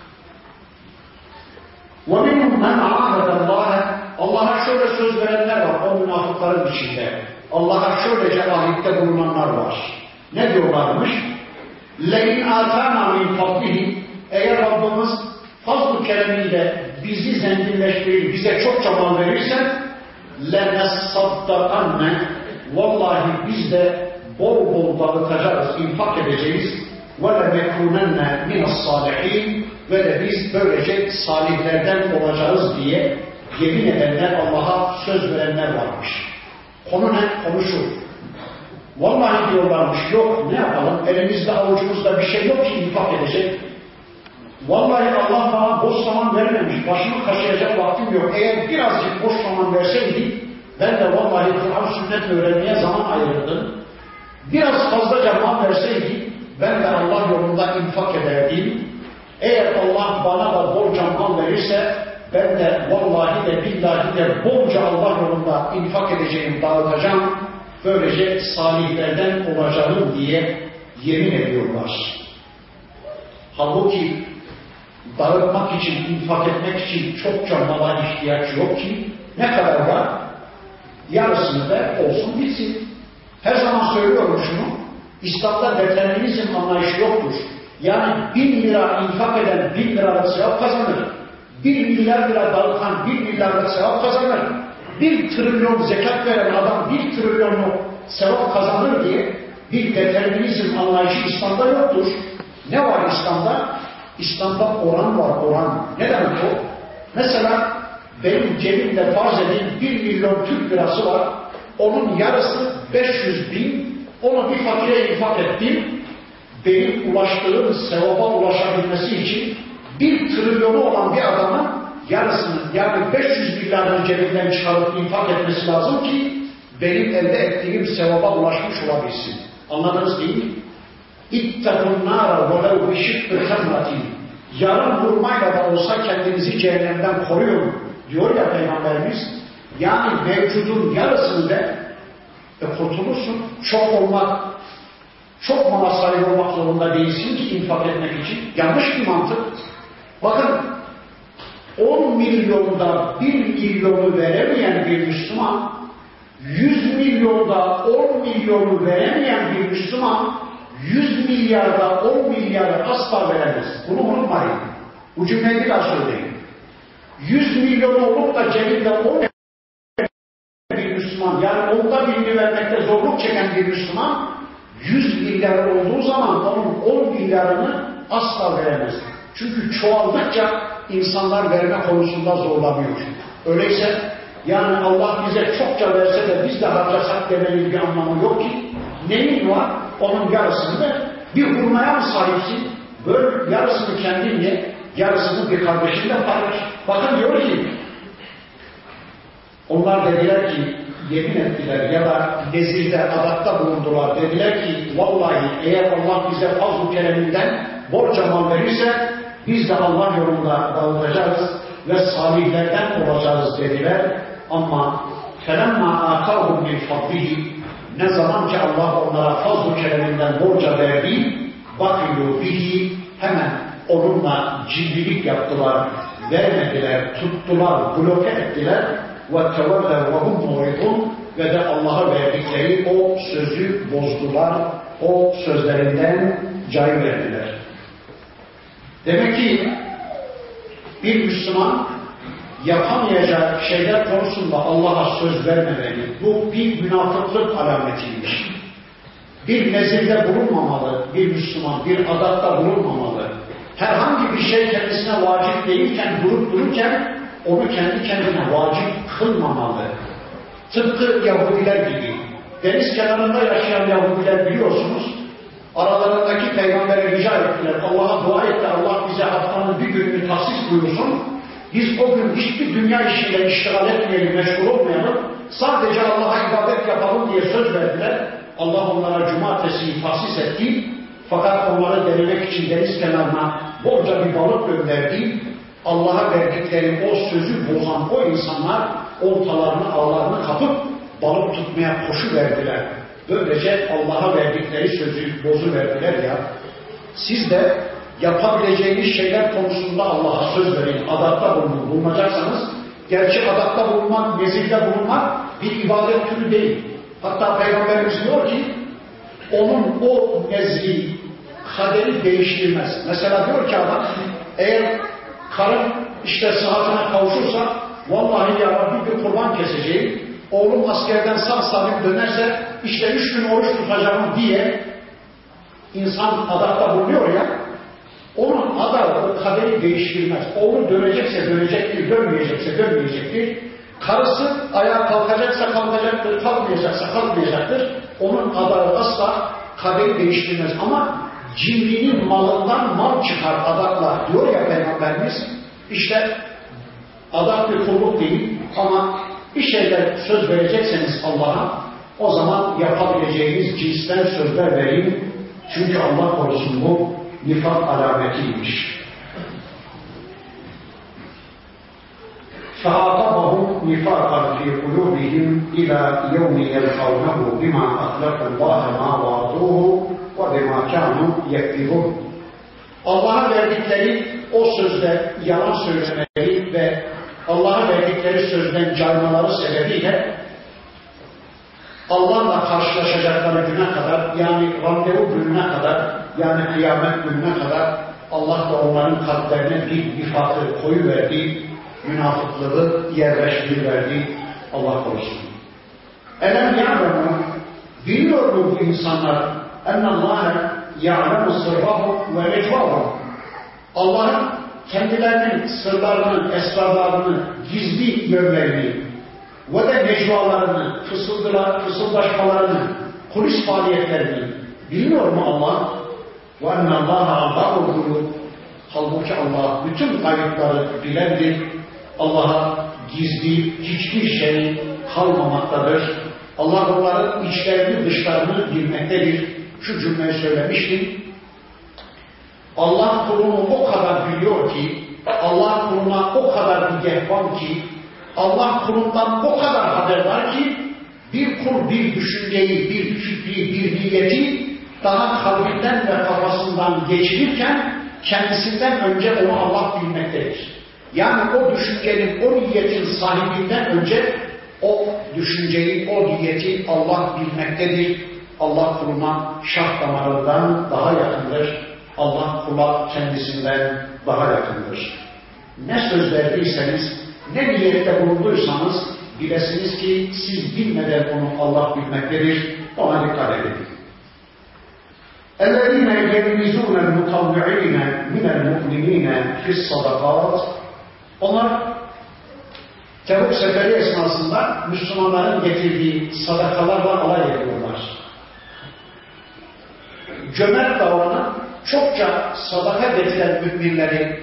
وَمِنْهُمْ مَنْ عَاهَدَ اللّٰهَ Allah'a şöyle söz verenler var o münafıkların içinde. Allah'a şöylece ahitte bulunanlar var. Ne diyorlarmış? لَاِنْ آتَانَا مِنْ فَضْلِهِ Eğer Rabbimiz fazl-ı keremiyle bizi zenginleştirir, bize çokça mal verirse لَنَسَّدَّقَنَّ Vallahi biz de bol bol dağıtacağız, infak edeceğiz. وَلَمَكُونَنَّ مِنَ الصَّالِحِينَ Ve de biz böylece salihlerden olacağız diye yemin edenler, Allah'a söz verenler varmış. Konu ne? Konu şu. Vallahi diyorlarmış, yok ne yapalım, elimizde avucumuzda bir şey yok ki infak edecek. Vallahi Allah bana boş zaman vermemiş, başımı kaşıyacak vaktim yok. Eğer birazcık boş zaman verseydi, ben de vallahi Kur'an sünnet öğrenmeye zaman ayırırdım. Biraz fazlaca mal verseydi, ben de Allah yolunda infak ederdim. Eğer Allah bana da bolca mal verirse, ben de vallahi de billahi de bolca Allah yolunda infak edeceğim, dağıtacağım. Böylece salihlerden olacağım diye yemin ediyorlar. Halbuki dağıtmak için, infak etmek için çokça mala ihtiyaç yok ki, ne kadar var? Yarısını da olsun bitsin. Her zaman söylüyorum şunu, İslam'da determinizm anlayışı yoktur. Yani bin lira infak eden bin liralık sevap kazanır. Bir milyar lira dağıtan bir milyarlık sevap kazanır. Bir trilyon zekat veren adam bir trilyonlu sevap kazanır diye bir determinizm anlayışı İslam'da yoktur. Ne var İslam'da? İslam'da oran var, oran. Ne demek o? Mesela benim cebimde farz edin bir milyon Türk lirası var. Onun yarısı beş yüz bin. Onu bir fakire infak ettim. Benim ulaştığım sevaba ulaşabilmesi için bir trilyonu olan bir adamın yarısını, yani beş yüz milyarın cebinden çıkarıp infak etmesi lazım ki benim elde ettiğim sevaba ulaşmış olabilsin. Anladınız değil mi? İttakun nâra velev bişikkı hemratin. Yarım vurmayla da olsa kendinizi cehennemden koruyun diyor ya Peygamberimiz. Yani mevcudun yarısını da e, kurtulursun. Çok olmak, çok mala sahip olmak zorunda değilsin ki infak etmek için. Yanlış bir mantık. Bakın, on milyonda bir milyonu veremeyen bir Müslüman, yüz milyonda on milyonu veremeyen bir Müslüman, yüz milyarda on milyarı asla veremez. Bunu unutmayın. Bu cümleyi bir daha söyleyeyim. yüz milyon olup da cebinde on bir Müslüman, yani onda birini vermekte zorluk çeken bir Müslüman, yüz milyar olduğu zaman onun on milyarını asla veremez. Çünkü çoğaldıkça insanlar verme konusunda zorlanıyor. Öyleyse yani Allah bize çokça verse de biz de harcasak demenin bir anlamı yok ki. Neyin var? Onun yarısını ver. Bir hurmaya mı sahipsin? Böyle yarısını kendin ye, yarısını bir kardeşinle paylaş. Bakın diyor ki, onlar dediler ki, yemin ettiler ya da nezirde, adakta bulundular. Dediler ki, vallahi eğer Allah bize fazl-ı kereminden borca mal verirse, biz de Allah yolunda dağıtacağız ve salihlerden olacağız dediler. Ama فَلَمَّا آتَاهُمْ مِنْ فَضْلِهِ ne zaman ki Allah onlara fazl-ı kereminden borca verdi, بَخِلُوا بِهِ hemen onunla cimrilik yaptılar, vermediler, tuttular, bloke ettiler. وَتَوَلَّوْا وَهُمْ مُعْرِضُونَ ve de Allah'a verdikleri o sözü bozdular, o sözlerinden cayıverdiler. Demek ki bir Müslüman yapamayacağı şeyler konusunda Allah'a söz vermemeli. Bu bir münafıklık alametiymiş. Bir nezirde bulunmamalı bir Müslüman, bir adatta bulunmamalı. Herhangi bir şey kendisine vacip değilken, durup dururken onu kendi kendine vacip kılmamalı. Tıpkı Yahudiler gibi. Deniz kenarında yaşayan Yahudiler biliyorsunuz, aralarındaki peygambere rica ettiler. Allah'a dua etti. Allah bize haftanın bir gününü tahsis buyursun. Biz o gün hiçbir dünya işiyle iştigal etmeyelim, meşgul olmayalım. Sadece Allah'a ibadet yapalım diye söz verdiler. Allah onlara cumartesiyi tahsis etti. Fakat onları denemek için deniz kenarına bolca bir balık gönderdi. Allah'a verdikleri o sözü bozan o insanlar oltalarını, ağlarını kapıp balık tutmaya koşuverdiler. Böylece Allah'a verdikleri sözü bozuverdiler ya. Siz de yapabileceğiniz şeyler konusunda Allah'a söz verin. Adatta bulunun. Bulunacaksanız, gerçi adatta bulunmak, nezirde bulunmak bir ibadet türü değil. Hatta Peygamberimiz diyor ki, onun o nezri, kaderi değiştirmez. Mesela diyor ki adam, eğer karın işte sıhhatine kavuşursa, vallahi ya Rabbi bir kurban keseceğim, oğlum askerden sağ salim dönerse, işte üç gün oruç tutacağım diye insan adakta bulunuyor ya, onun adağı o kaderi değiştirmez. Oğlu dönecekse dönecektir, dönmeyecekse dönmeyecektir. Karısı ayağa kalkacaksa kalkacaktır, kalkmayacaksa kalkmayacaktır. Onun adağı asla kaderi değiştirmez. Ama cimrinin malından mal çıkar adaklar diyor ya Peygamberimiz. İşte adak bir kulluk değil ama bir şeyler söz verecekseniz Allah'a, o zaman yapabileceğiniz cinsten sözler verin. Çünkü Allah korusun bu nifak alametiymiş. فَاَعْتَبَهُمْ نِفَاقًا فِي قُلُوبِهِمْ اِلَى يَوْمِ يَلْقَوْنَهُ بِمَا أَخْلَقُوا اللّٰهَ مَا وَعَدُوهُ وَبِمَا كَانُوا يَكْذِبُونَ Allah'a verdikleri o sözde yalan söylemeleri ve Allah'a verdikleri sözden caymaları sebebiyle Allah'la karşılaşacakları güne kadar, yani randevu gününe kadar, yani kıyamet gününe kadar Allah da onların kalplerine bir nifakı koyuverdi, münafıklığı yerleştiriverdi. Allah korusun. Elem ya'lemu, biliyor mu bu insanlar ennallâhe ya'lemu sırrahum ve necvahum. Allah'ın kendilerinin sırlarını, esrarlarını, gizli yönlerini ve de necvalarını, fısıldılar, fısıldaşmalarını, kulis faaliyetlerini bilmiyor mu Allah? وَاَنَّ اللّٰهَ عَلَّهُ Halbuki Allah bütün kayıtları bilendir. Allah'a gizli hiçbir şey kalmamaktadır. Allah onların içlerini dışlarını bilmektedir. Şu cümleyi söylemiştim. Allah kulunu o kadar biliyor ki, Allah kuluna o kadar nigahban ki, Allah kulundan o kadar haberdar ki, bir kul bir düşünceyi, bir fikri, bir niyeti daha kalbinden ve kafasından geçirirken kendisinden önce onu Allah bilmektedir. Yani o düşüncenin, o niyetin sahibinden önce o düşünceyi, o niyeti Allah bilmektedir. Allah kuluna şah damarından daha yakındır. Allah kula kendisinden daha yakındır. Ne söz verdiyseniz, ne niyette bulunduysanız bilesiniz ki siz bilmeden onu Allah bilmektedir. Ona dikkat edin. اَلَّذ۪ينَ يَلْمِزُونَ الْمُطَوِّعِينَ مِنَ الْمُؤْمِنِينَ فِي الصَّدَقَاتِ Onlar Tebuk seferi esnasında Müslümanların getirdiği sadakalarla alay ediyorlar. Cömert davranan, çokça sadaka getiren müminleri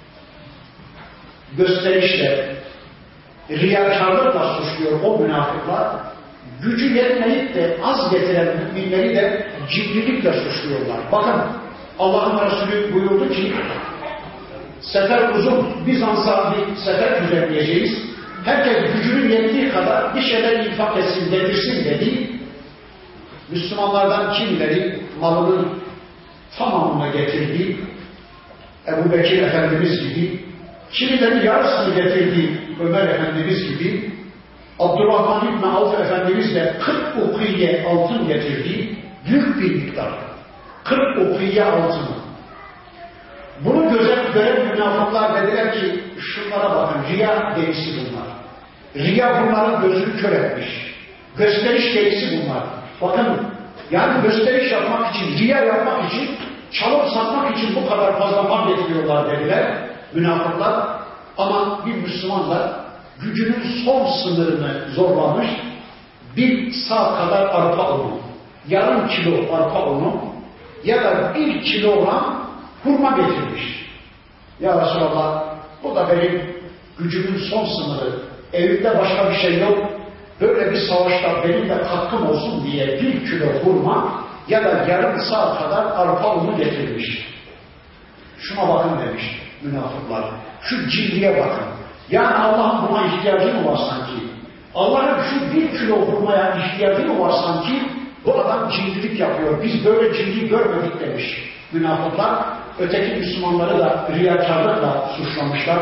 gösterişle, riyakarlıkla suçluyor o münafıklar. Gücü yetmeyip de az getiren müminleri de cimrilikle suçluyorlar. Bakın Allah'ın Resulü buyurdu ki sefer uzun, Bizans'a bir sefer düzenleyeceğiz. Herkes gücünün yettiği kadar bir şeyler infak etsin, getirsin dedi. Müslümanlardan kimileri malının tamamını getirdi. Ebu Bekir Efendimiz gibi, kimileri yarısını getirdi Ömer Efendimiz gibi, Abdurrahman İbni Avf Efendimiz de kırk ukiye altın getirdi, büyük bir miktar. kırk ukiye altın. Bunu gözet gören münafıklar dediler ki, şunlara bakın, riya delisi bunlar. Riya bunların gözünü kör etmiş. Gösteriş delisi bunlar. Bakın, yani gösteriş yapmak için, riya yapmak için, çalıp satmak için bu kadar fazla mal getiriyorlar dediler münafıklar. Ama bir Müslüman da gücünün son sınırını zorlamış, bir sağ kadar arpa unu, yarım kilo arpa unu ya da bir kilogram hurma getirmiş. Ya Resulallah, bu da benim gücümün son sınırı, evimde başka bir şey yok, böyle bir savaşta benim de katkım olsun diye bir kilo hurma ya da yarım saat kadar arpa unu getirmiş. Şuna bakın demiş münafıklar. Şu cimriye bakın. Yani Allah'ın buna ihtiyacı mı var sanki? Allah'ın şu bir kilo hurmaya ihtiyacı mı var sanki? Bu adam cimrilik yapıyor. Biz böyle cimri görmedik demiş münafıklar. Öteki Müslümanları da riyakarlıkla suçlamışlar.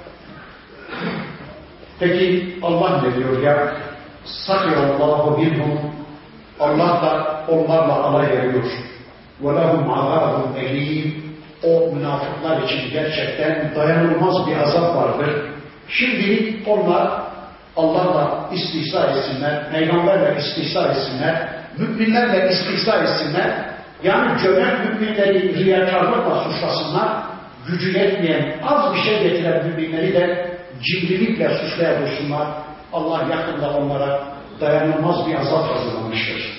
Peki Allah ne diyor ya? Sakirallahu minhum. Allah da onlarla alay ediyor. وَلَهُمْ عَذَابٌ اَلِيمٌ. O münafıklar için gerçekten dayanılmaz bir azap vardır. Şimdi onlar Allah'la istihza etsinler, peygamberle istihza etsinler, müminlerle istihza etsinler. Yani cömert müminleri riyakarlıkla suçlasınlar, gücü yetmeyen, az bir şey getiren müminleri de cimrilikle suçlaya dursunlar. Allah yakında onlara dayanılmaz bir azap hazırlamıştır.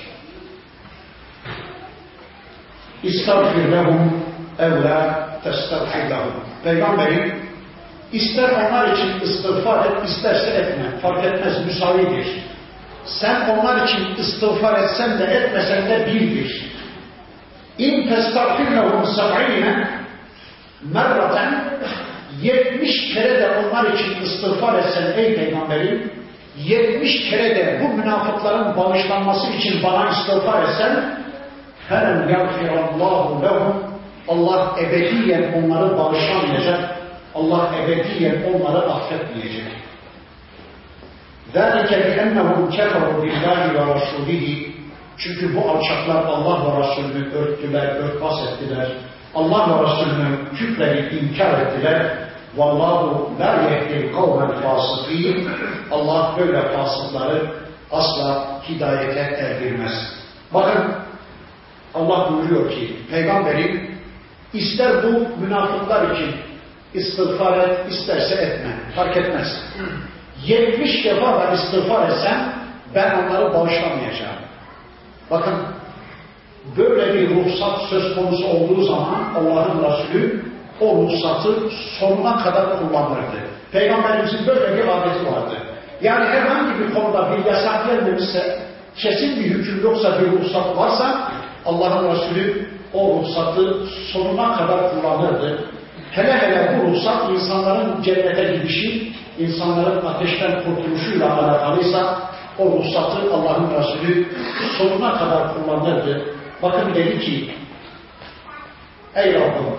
İstağfir lehum evlâ testağfir lehum. Peygamberin ister onlar için istiğfar et, isterse etme. Fark etmez, müsavidir. Sen onlar için istiğfar etsen de etmesen de birdir. İn testağfir lehum seb'ine merraten yetmiş kere de onlar için istiğfar etsen ey Peygamberim, yetmiş kere de bu münafıkların bağışlanması için bana istiğfar etsen فَلَنْ يَغْفِرَ اللّٰهُ لَهُمْ. Allah ebediyen onları bağışlamayacak. Allah ebediyen onları affetmeyecek. ذَٰلِكَ بِأَنَّهُمْ كَفَرُوا بِاللّٰهِ وَرَسُولِهِ. Çünkü bu alçaklar Allah ve Resulünü örttüler, örtbas ettiler. Allah ve Resulünü küfreni inkar ettiler. وَاللّٰهُ لَا يَهْدِي الْقَوْمَ الْفَاسِقِينَ. Allah böyle fasıkları asla hidayete erdirmez. Bakın Allah buyuruyor ki Peygamberim ister bu münafıklar için istiğfar et, isterse etme. Fark etmez. yetmiş defa da istiğfar etsem ben onları bağışlamayacağım. Bakın böyle bir ruhsat söz konusu olduğu zaman Allah'ın Resulü o ruhsatı sonuna kadar kullanırdı. Peygamberimizin böyle bir adeti vardı. Yani herhangi bir konuda bir yasak gelmemişse, kesin bir hüküm yoksa, bir ruhsat varsa Allah'ın Resulü o ruhsatı sonuna kadar kullanırdı. Hele hele bu ruhsat insanların cennete gidişi, insanların ateşten kurtuluşuyla alakalıysa o ruhsatı Allah'ın Resulü sonuna kadar kullanırdı. Bakın dedi ki ey Rabbim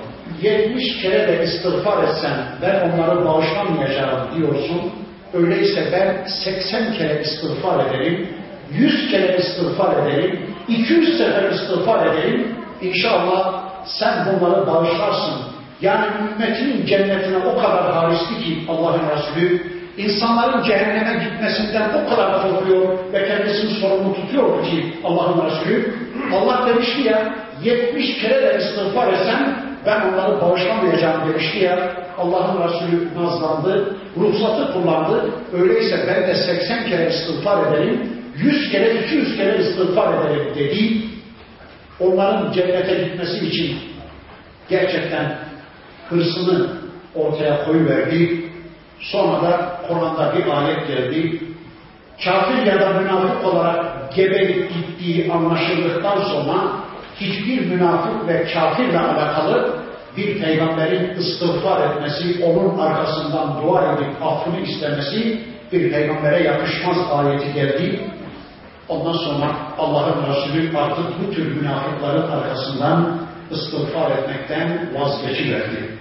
yetmiş kere de istiğfar etsen ben onları bağışlamayacağım diyorsun. Öyleyse ben seksen kere istiğfar ederim, yüz kere istiğfar ederim, iki yüz sefer istiğfar ederim. İnşallah sen bunları bağışlarsın. Yani ümmetinin cennetine o kadar haristi ki Allah'ın Resulü, insanların cehenneme gitmesinden o kadar korkuyor ve kendisini sorumlu tutuyor ki Allah'ın Resulü. Allah demişti ya, yetmiş kere de istiğfar etsem ben onları bağışlamayacağım demişti ya. Allah'ın Resulü nazlandı, ruhsatı kullandı. Öyleyse ben de seksen kere istiğfar ederim, yüz kere, iki yüz kere istiğfar ederim dedi. Onların cennete gitmesi için gerçekten hırsını ortaya koyuverdi. Sonra da Kur'an'da bir ayet geldi. Kafir ya da münafık olarak geberip gittiği anlaşıldıktan sonra hiçbir münafık ve kafirle alakalı bir peygamberin istiğfar etmesi, onun arkasından dua edip affını istemesi bir peygambere yakışmaz ayeti geldi. Ondan sonra Allah'ın Resulü artık bu tür münafıkların arkasından istiğfar etmekten vazgeçiverdi.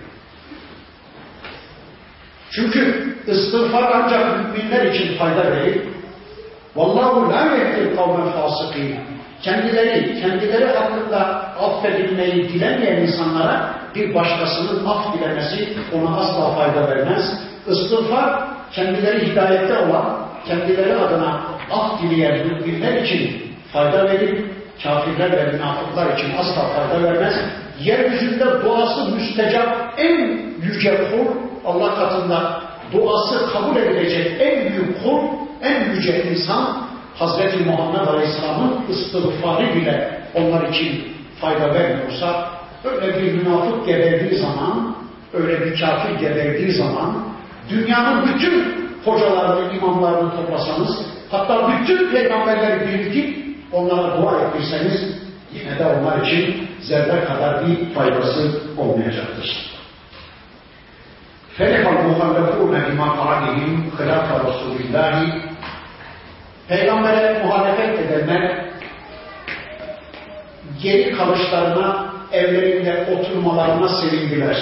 Çünkü istiğfar ancak müminler için fayda verir. Vallahu la yehdil kavmen fasıkîn. Kendileri, kendileri hakkında affedilmeyi dilemeyen insanlara bir başkasının af dilemesi ona asla fayda vermez. İstiğfar kendileri hidayette olan, kendileri adına af dileyen müminler için fayda verir. Kafirler ve münafıklar için asla fayda vermez. Yeryüzünde duası müstecap en yüce kul, Allah katında duası kabul edilecek en büyük kul, en yüce insan Hazreti Muhammed Aleyhisselam'ın istiğfarı bile onlar için fayda vermiyorsa, öyle bir münafık geberdiği zaman, öyle bir kafir geberdiği zaman, dünyanın bütün hocalarını, imamlarını toplasanız, hatta bütün peygamberleri birikip onlara dua ettirseniz, yine de onlar için zerre kadar bir faydası olmayacaktır. فَلِحَ الْمُخَلَّفُونَ بِمَا قَعَدِهِمْ خِلَافَ رَسُولِ اللّٰهِ Peygamber'e muhalefet edenler geri kalışlarına, evlerinde oturmalarına sevindiler.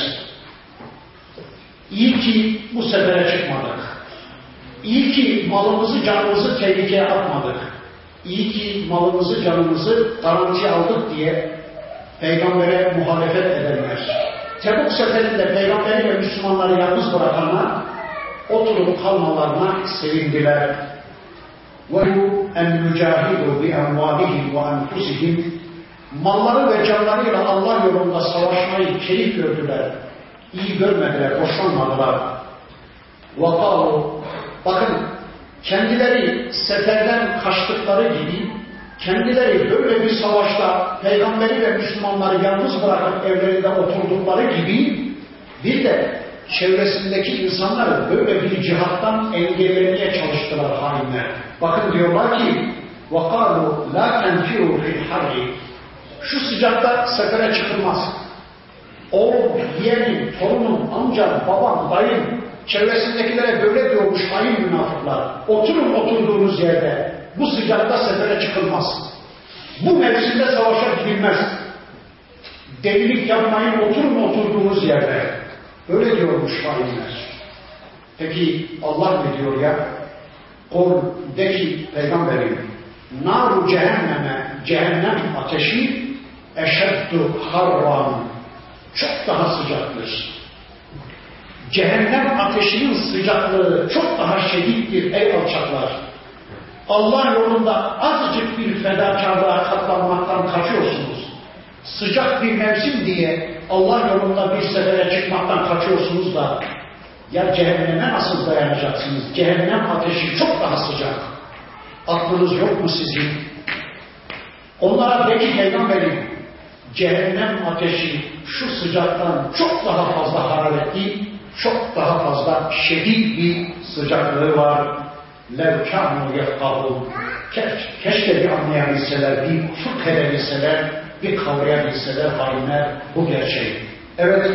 İyi ki bu sefere çıkmadık. İyi ki malımızı, canımızı tehlikeye atmadık. İyi ki malımızı, canımızı garantiye aldık diye Peygamber'e muhalefet edenler. Tebuk seferinde Peygamberi ve Müslümanları yalnız bırakanlar oturup kalmalarına sevindiler. وَلُوا اَنْ يُجَاهِدُوا بِاَمْوَالِهِمْ وَاَنْفُسِهِمْ Malları ve canlarıyla Allah yolunda savaşmayı keyif gördüler. İyi görmediler, hoşlanmadılar. وَقَالُوا Bakın, kendileri seferden kaçtıkları gibi, kendileri böyle bir savaşta Peygamberi ve Müslümanları yalnız bırakıp evlerinde oturdukları gibi, bir de çevresindeki insanları böyle bir cihattan engellemeye çalıştılar hainler. Bakın diyorlar ki وَقَالُوا لَا تَنْفِرُوا فِي الْحَرِّ Şu sıcakta sefere çıkılmaz. Oğlum, yeğenim, torunum, amcam, babam, dayım, çevresindekilere böyle diyormuş hain münafıklar. Oturun oturduğunuz yerde. Bu sıcakta sefere çıkılmaz. Bu mevsimde savaşa gidilmez. Delilik yapmayın, oturun oturduğunuz yerde. Öyle diyormuş hainler. Peki Allah ne diyor ya? Kul de ki Peygamberim, nar-u cehenneme, cehennem ateşi eşeddu harran, çok daha sıcaktır. Cehennem ateşinin sıcaklığı çok daha şedittir ey alçaklar. Allah yolunda azıcık bir fedakarlığa katlanmaktan kaçıyorsunuz. Sıcak bir mevsim diye Allah yolunda bir sefere çıkmaktan kaçıyorsunuz da ya cehenneme nasıl dayanacaksınız? Cehennem ateşi çok daha sıcak. Aklınız yok mu sizin? Onlara de ki Peygamberim, cehennem ateşi şu sıcaktan çok daha fazla hararetli, çok daha fazla şedid bir sıcaklığı var. لَوْ كَانُوا يَفْقَهُونَ Keşke bir anlayabilseler, bir fıkh edebilseler, bir kavrayabilseler hainler bu gerçeği. Evet,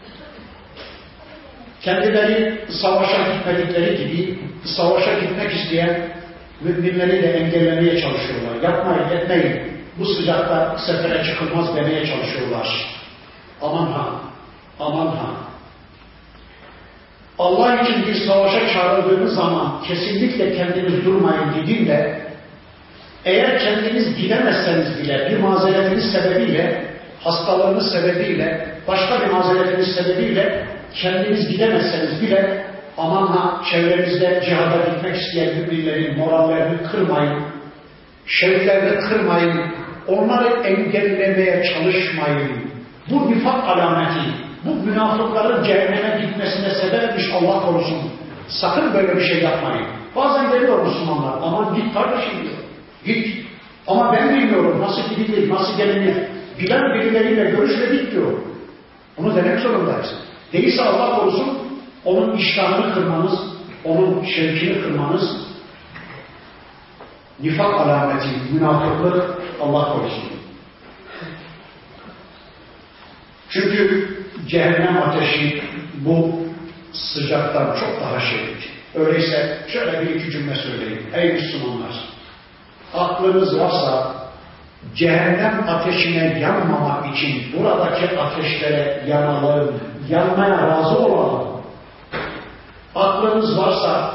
kendileri savaşa gitmedikleri gibi savaşa gitmek isteyen müminleri de engellemeye çalışıyorlar. Yapmayın, etmeyin. Bu sıcakta sefere çıkılmaz demeye çalışıyorlar. Aman ha! Aman ha! Allah için bir savaşa çağrıldığınız zaman kesinlikle kendiniz durmayın gidin de, eğer kendiniz gidemezseniz bile bir mazeretiniz sebebiyle, hastalığınız sebebiyle, başka bir mazeretiniz sebebiyle kendiniz gidemezseniz bile aman ha çevrenizde cihada gitmek isteyen müminlerin morallerini kırmayın, şevklerini kırmayın, onları engellemeye çalışmayın. Bu nifak alameti, bu münafıkların cehenneme gitmesine sebepmiş, Allah korusun. Sakın böyle bir şey yapmayın. Bazen geliyor Müslümanlar, aman git kardeşim diyor. Git. Ama ben bilmiyorum nasıl gidilir, nasıl gelinir. Bilen birileriyle görüş ve git diyor. Onu demek zorundayız. Değilse Allah korusun, onun iştahını kırmanız, onun şevkini kırmanız, nifak alameti, münafıklık, Allah korusun. Çünkü cehennem ateşi bu sıcaktan çok daha şevkli. Öyleyse şöyle bir iki cümle söyleyeyim. Ey Müslümanlar! Aklınız varsa cehennem ateşine yanmamak için buradaki ateşlere yanalım, yanmaya razı olalım. Aklınız varsa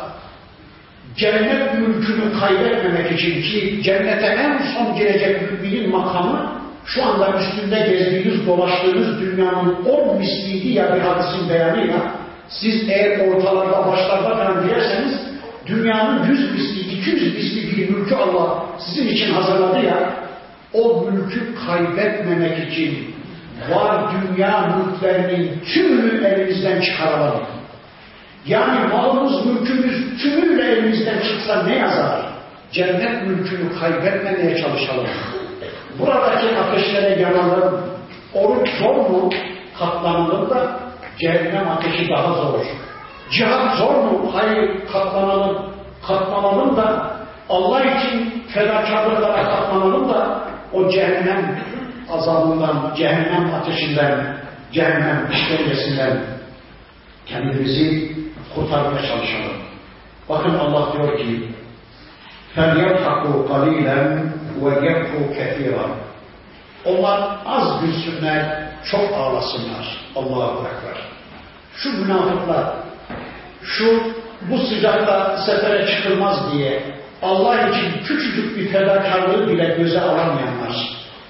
cennet mülkünü kaybetmemek için, ki cennete en son girecek müminin makamı şu anda üstünde gezdiğiniz, dolaştığınız dünyanın on misliydi ya bir hadisin beyanıyla, siz eğer ortalarda başlarda falan girerseniz dünyanın yüz misli, iki yüz misli bir mülkü Allah sizin için hazırladı ya, o mülkü kaybetmemek için var dünya mülklerinin tümünü elinizden çıkaralım. Yani malımız, mülkümüz tümüyle elimizden çıksa ne yazar? Cennet mülkünü kaybetmemeye çalışalım. Buradaki ateşlere yanalım. Oruç zor mu? Katlanalım da cehennem ateşi daha zor. Cihat zor mu? Hayır, katlanalım. Katlanalım da Allah için fedakarlıklara katlanalım da o cehennem azabından, cehennem ateşinden, cehennem işkencesinden kendimizi kurtarmaya çalışalım. Bakın Allah diyor ki فَلْيَضْحَكُوا قَلِيلًا وَيَبْكُوا كَثِيرًا. Onlar az gülsünler, çok ağlasınlar. Allahu Ekber. Şu münafıklar, şu bu sıcakta sefere çıkılmaz diye Allah için küçücük bir fedakarlığı bile göze alamayanlar,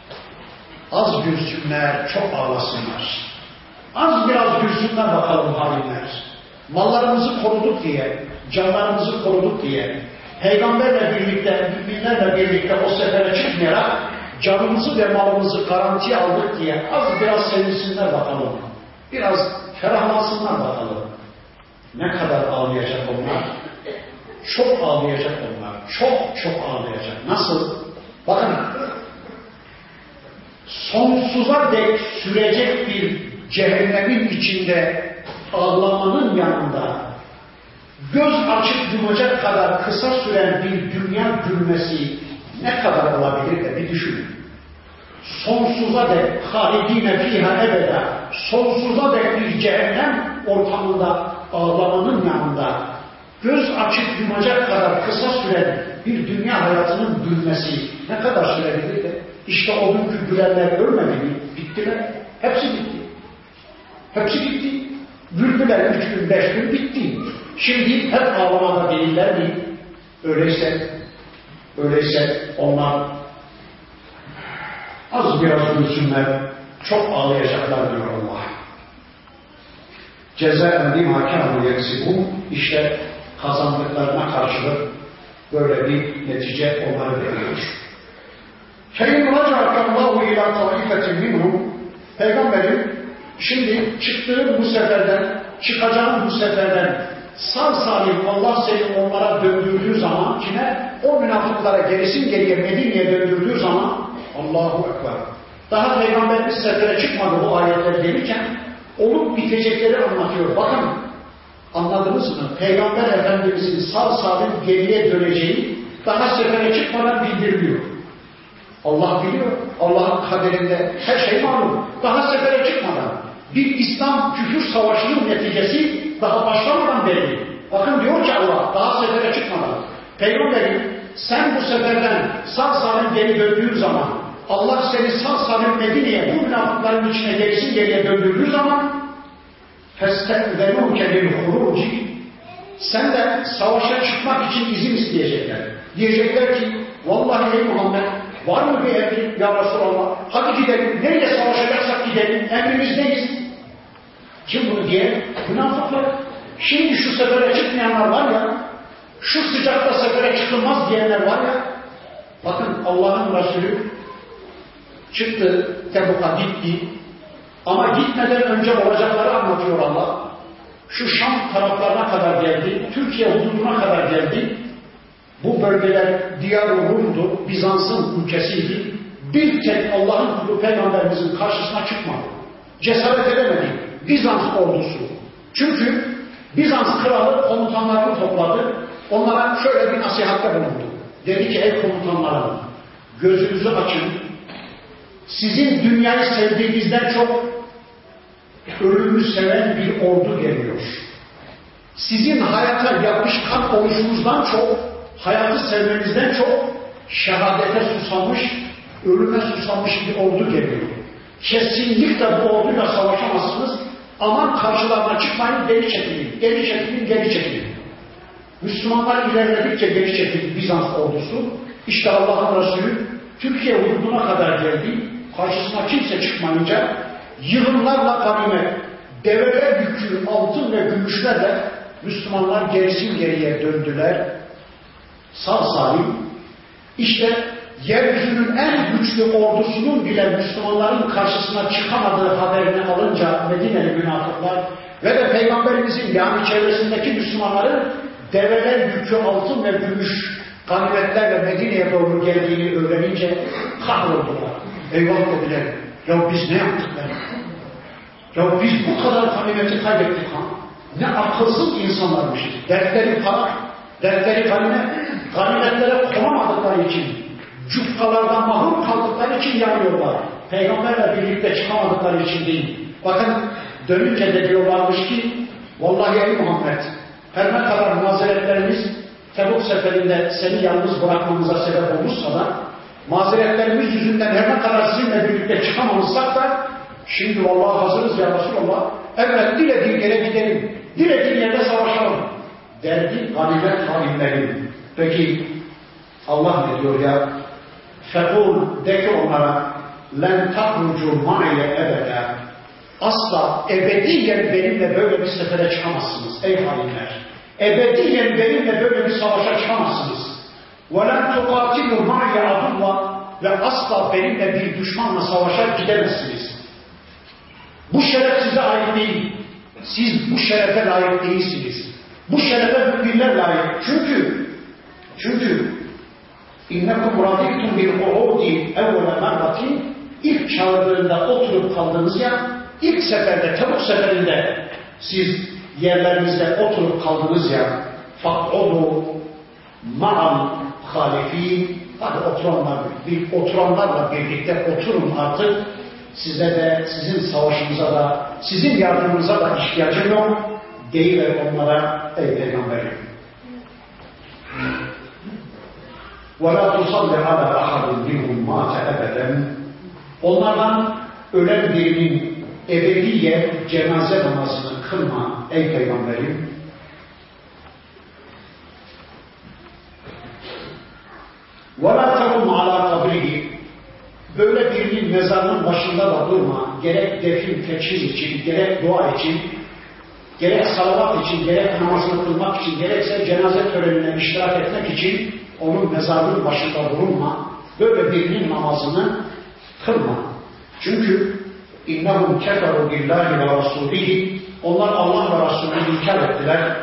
az gülsünler, çok ağlasınlar. Az biraz gülsünler bakalım halimler. Mallarımızı koruduk diye, canlarımızı koruduk diye, Peygamberle birlikte, müminlerle birlikte o sefere çıkmayarak canımızı ve malımızı garantiye aldık diye az biraz sevinsinler bakalım. Biraz ferahlansınlar bakalım. Ne kadar ağlayacak onlar? Çok ağlayacak onlar. Çok çok ağlayacak. Nasıl? Bakın, sonsuza dek sürecek bir cehennemin içinde ağlamanın yanında göz açıp yumacak kadar kısa süren bir dünya gülmesi ne kadar olabilir de bir düşünün. Sonsuza dek halidine fiha ebeda, sonsuza dek bir cehennem ortamında ağlamanın yanında göz açıp yumacak kadar kısa süren bir dünya hayatının gülmesi ne kadar sürebilir de işte o günkü gülenler ölmedi mi? Bittiler. Hepsi bitti. Hepsi bitti. Güldüler üç gün, beş gün bitti. Şimdi hep ağlamada değiller mi? Öyleyse, öyleyse onlar az biraz gülsünler, çok ağlayacaklar diyor Allah. Cezaen bimâ kânû yeksibûn, işte kazandıklarına karşılık böyle bir netice onları veriyor. فَاِنْ رَجَعَكَ اللّٰهُ اِلٰى طَائِفَةٍ مِنْهُمْ. Peygamberim şimdi çıktığın bu seferden, çıkacağın bu seferden sağ salim Allah seni onlara döndürdüğü zaman, kime? O münafıklara gerisin geriye Medine'ye döndürdüğü zaman Allahu Ekber. Daha Peygamberimiz sefere çıkmadı bu ayetler gelirken olup bitecekleri anlatıyor. Bakın, anladınız mı? Peygamber Efendimizin sağ salim geriye döneceği daha sefere çıkmadan bildiriliyor. Allah biliyor. Allah'ın kaderinde her şey malum. Daha sefere çıkmadan bir İslam küfür savaşının neticesi daha başlamadan belli. Bakın diyor ki Allah daha sefere çıkmadan. Peygamberim sen bu seferden sağ salim geri döndüğün zaman Allah seni sağ salim Medine'ye bu münafıkların içine gerisin geriye döndürdüğü zaman فَاسْتَأْذَنُوكَ لِلْخُرُوجِ Sen de savaşa çıkmak için izin isteyecekler. Diyecekler ki, vallahi ey Muhammed, var mı bir emrin ya Resulallah? Hadi gidelim, nereye savaşacaksak gidelim, emrimizdeyiz. Kim bunu diye? Münafıklar. Şimdi şu sefere çıkmayanlar var ya, şu sıcakta sefere çıkılmaz diyenler var ya, bakın Allah'ın Resulü çıktı, Tebuk'a gitti, ama gitmeden önce olacakları anlatıyor Allah. Şu Şam taraflarına kadar geldi, Türkiye hududuna kadar geldi. Bu bölgeler Diyar-ı Rum'du, Bizans'ın ülkesiydi. Bir tek Allah'ın kulu Peygamberimizin karşısına çıkmadı. Cesaret edemedi Bizans ordusu. Çünkü Bizans kralı komutanlarını topladı. Onlara şöyle bir nasihatte bulundu. Dedi ki ey komutanlarım, gözünüzü açın. Sizin dünyayı sevdiğinizden çok ölümü seven bir ordu geliyor. Sizin hayata yapışkan oluşunuzdan çok, hayatı sevmenizden çok şehadete susamış, ölüme susamış bir ordu geliyor. Kesinlikle bu orduyla savaşamazsınız. Aman karşılarına çıkmayın, geri çekilin, geri çekilin, geri çekilin. Müslümanlar ilerledikçe geri çekildi Bizans ordusu. İşte Allah'ın Resulü Türkiye hududuna kadar geldi. Karşısına kimse çıkmayınca yığınlarla ganimet, develer yükü, altın ve gümüşlerle Müslümanlar gerisin geriye döndüler. Sağ salim. İşte yeryüzünün en güçlü ordusunun bile Müslümanların karşısına çıkamadığı haberini alınca Medineli münafıklar ve de Peygamberimizin yani çevresindeki Müslümanların develer yükü, altın ve gümüş ganimetlerle Medine'ye doğru geldiğini öğrenince kahroldular. Eyvah dediler. Ya biz ne yaptık ben? Ya biz bu kadar ganimeti kaybettik ha? Ne akılsız insanlarmışız. Dertleri para, dertleri ganimet, ganimetlere konamadıkları için, cufkalardan mahrum kaldıkları için yanıyorlar. Peygamberle birlikte çıkamadıkları için değil. Bakın dönünce de diyorlarmış ki, vallahi ey Muhammed, her ne kadar mazeretlerimiz Tebuk seferinde seni yalnız bırakmamıza sebep olmuşsa da, mazeretlerimiz yüzünden her ne kadar sizinle birlikte çıkamamışsak da, şimdi vallahi hazırız ya Resulallah, evet dilediğin yere gidelim, dilediğin yerde savaşalım derdi ganimet halimleri. Peki Allah ne diyor ya? Fekul de ki onlara len tahrucu ma'ye ebede, asla ebediyen benimle böyle bir sefere çıkamazsınız ey halimler. Ebediyen benimle böyle bir savaşa çıkamazsınız. وَلَنْ تُقَاتِلُوا مَعْيَ عَدُوَّا ve asla benimle bir düşmanla savaşa gidemezsiniz. Bu şeref size ait değil. Siz bu şerefe layık değilsiniz. Bu şerefe müminler layık. Çünkü çünkü اِنَّكُمْ رَضِيتُمْ بِالْقُعُودِ اَوَّلَ مَرَّةٍ ilk çağırdığında oturup kaldınız ya, ilk seferde, Tebuk seferinde siz yerlerinizde oturup kaldınız ya, فَقْعُدُوا مَعَ الْخَالِفِينَ hadi oturanlar, bir, oturanlarla birlikte oturun artık. Size de, sizin savaşınıza da, sizin yardımınıza da ihtiyacım yok. Deyiver onlara ey Peygamberim. وَلَا تُصَلِّ عَلَى أَحَدٍ مِنْهُمْ مَاتَ أَبَدًا onlardan ölen birinin ebediye cenaze namazını kılma ey Peygamberim. وَلَا تَقُمْ عَلَى قَبْرِهِ böyle birinin mezarının başında da durma. Gerek defin, teçhiz için, gerek dua için, gerek salavat için, gerek namazını kılmak için, gerekse cenaze törenine iştirak etmek için onun mezarının başında durma. Böyle birinin namazını kılma. Çünkü innahum keferu billahi ve rasulihi onlar Allah ve Resulü'nü inkar ettiler.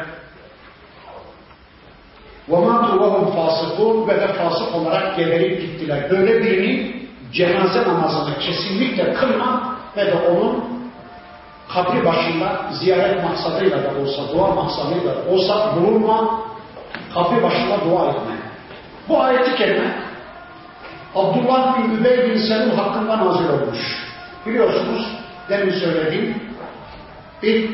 وَمَا تُوَهُمْ فَاسِقُونَ ve de fasık olarak geberip gittiler. Böyle birinin cenaze namazını kesinlikle kılma ve de onun kabri başında ziyaret maksadıyla da olsa, dua maksadıyla da olsa bulunma, kabri başında dua etme. Bu ayet-i kerime Abdullah bin Übey bin Selul hakkında nazil olmuş. Biliyorsunuz, demin söylediğim bir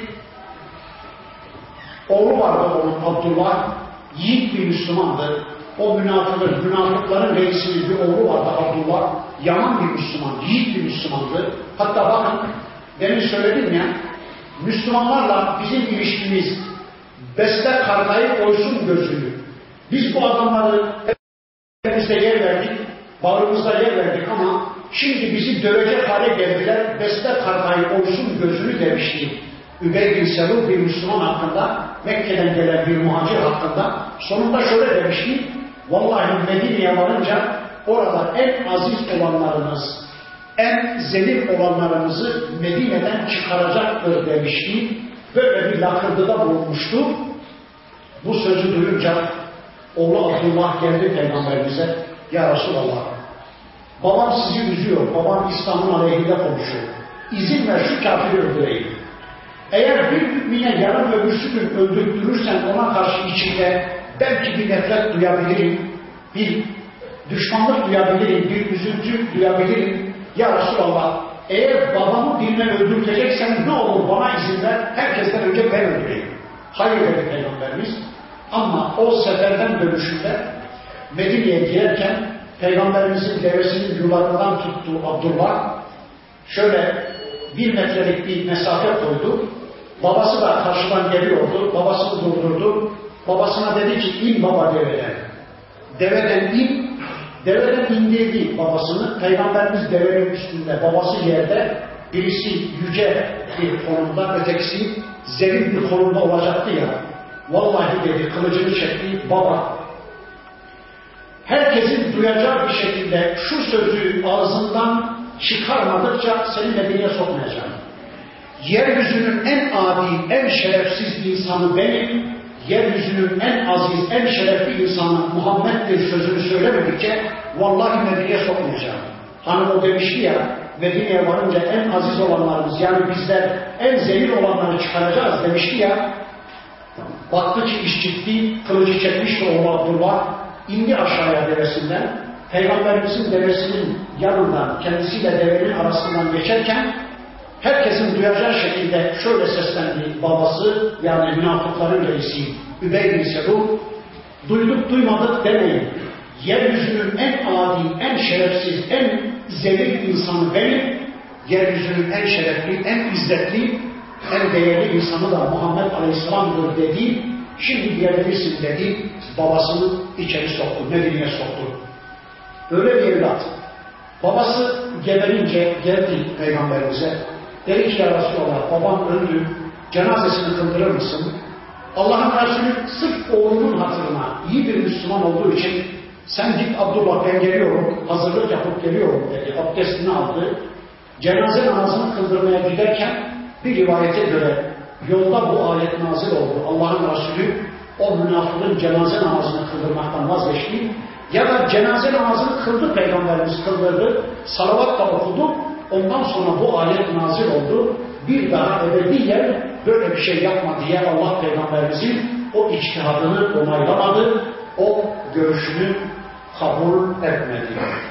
oğlu vardı onun Abdullah, yiğit bir Müslümandı. O münafıkların, münafıkların reisinin bir oğlu vardı Abdullah, yaman bir Müslüman, yiğit bir Müslümandı. Hatta bakın, demin söyledim ya, Müslümanlarla bizim ilişkimiz besle kargayı koysun gözünü. Biz bu adamları elimizde yer verdik, bağrımızda yer verdik ama şimdi bizi dövecek hale geldiler, besle kargayı koysun gözünü demişti. Übey bin Selul bir Müslüman hakkında, Mekke'den gelen bir muhacir hakkında sonunda şöyle demişti: vallahi Medine'ye varınca orada en aziz olanlarınız, en zelil olanlarımızı Medine'den çıkaracaktır demişti. Böyle bir lakırdıda bulunmuştu. Bu sözü duyunca oğlu Abdullah geldi Peygamberimize. Ya Resulallah, babam sizi üzüyor, babam İslam'ın aleyhinde konuşuyor. İzin ver şu kafiri öldüreyim. Eğer bir mümine yarın öbürsü gün öldürtürürsen ona karşı içinde belki bir nefret duyabilirim, bir düşmanlık duyabilirim, bir üzüntü duyabilirim. Ya Resulallah, eğer babamı dinle öldüreceksen ne olur bana izin ver, herkesten önce ben öldüreyim. Hayır dedi Peygamberimiz. Ama o seferden dönüşünde Medine'ye girerken Peygamberimizin devesinin yularından tuttuğu Abdullah şöyle bir metrelik bir mesafe koydu. Babası da karşıdan geliyordu. Babasını durdurdu. Babasına dedi ki in baba deveden. Deveden in. Deveden indirdi babasını. Peygamberimiz devenin üstünde. Babası yerde. Birisi yüce bir konumda. Ötekisi zelil bir konumda olacaktı ya. Vallahi dedi kılıcını çekti. Baba, herkesin duyacağı bir şekilde şu sözü ağzından çıkarmadıkça seni Medine'ye sokmayacağım. Yeryüzünün en adi, en şerefsiz insanı benim, yeryüzünün en aziz, en şerefli insanı Muhammed'dir sözünü söylemedikçe vallahi Medine'ye sokmayacağım. Hani o demişti ya, Medine'ye varınca en aziz olanlarımız, yani bizler en zelil olanları çıkaracağız demişti ya. Baktı ki iş ciddi, kılıcı çekmişti oğlu Abdullah, indi aşağıya devesinden, Peygamberimizin devesinin yanından, kendisiyle devenin arasından geçerken herkesin duyacağı şekilde şöyle seslendi babası, yani münafıkların reisi Übey bin Selul: duyduk duymadık demeyin. Yeryüzünün en adi, en şerefsiz, en zelil insanı benim, yeryüzünün en şerefli, en izzetli, en değerli insanı da Muhammed Aleyhisselam'dır dedi. Şimdi diyebilirsin dedi, babasını içeri soktu, Medine'ye soktu. Öyle bir evlat. Babası gebelince geldi Peygamberimize. Dedi ki ya Resulallah, babam öldü, cenazesini kıldırır mısın? Allah'ın Resulü sırf oğlunun hatırına, iyi bir Müslüman olduğu için sen git Abdullah, ben geliyorum, hazırlık yapıp geliyorum dedi. Abdestini aldı. Cenaze namazını kıldırmaya giderken bir rivayete göre yolda bu ayet nazil oldu. Allah'ın Resulü o münafığın cenaze namazını kıldırmaktan vazgeçti. Ya da cenaze namazını kıldı, Peygamberimiz kıldırdı, salavat da okudu. Ondan sonra bu ayet nazil oldu. Bir daha ebediyen böyle bir şey yapma diye Allah Peygamberimizin o içtihadını onaylamadı. O görüşünü kabul etmedi.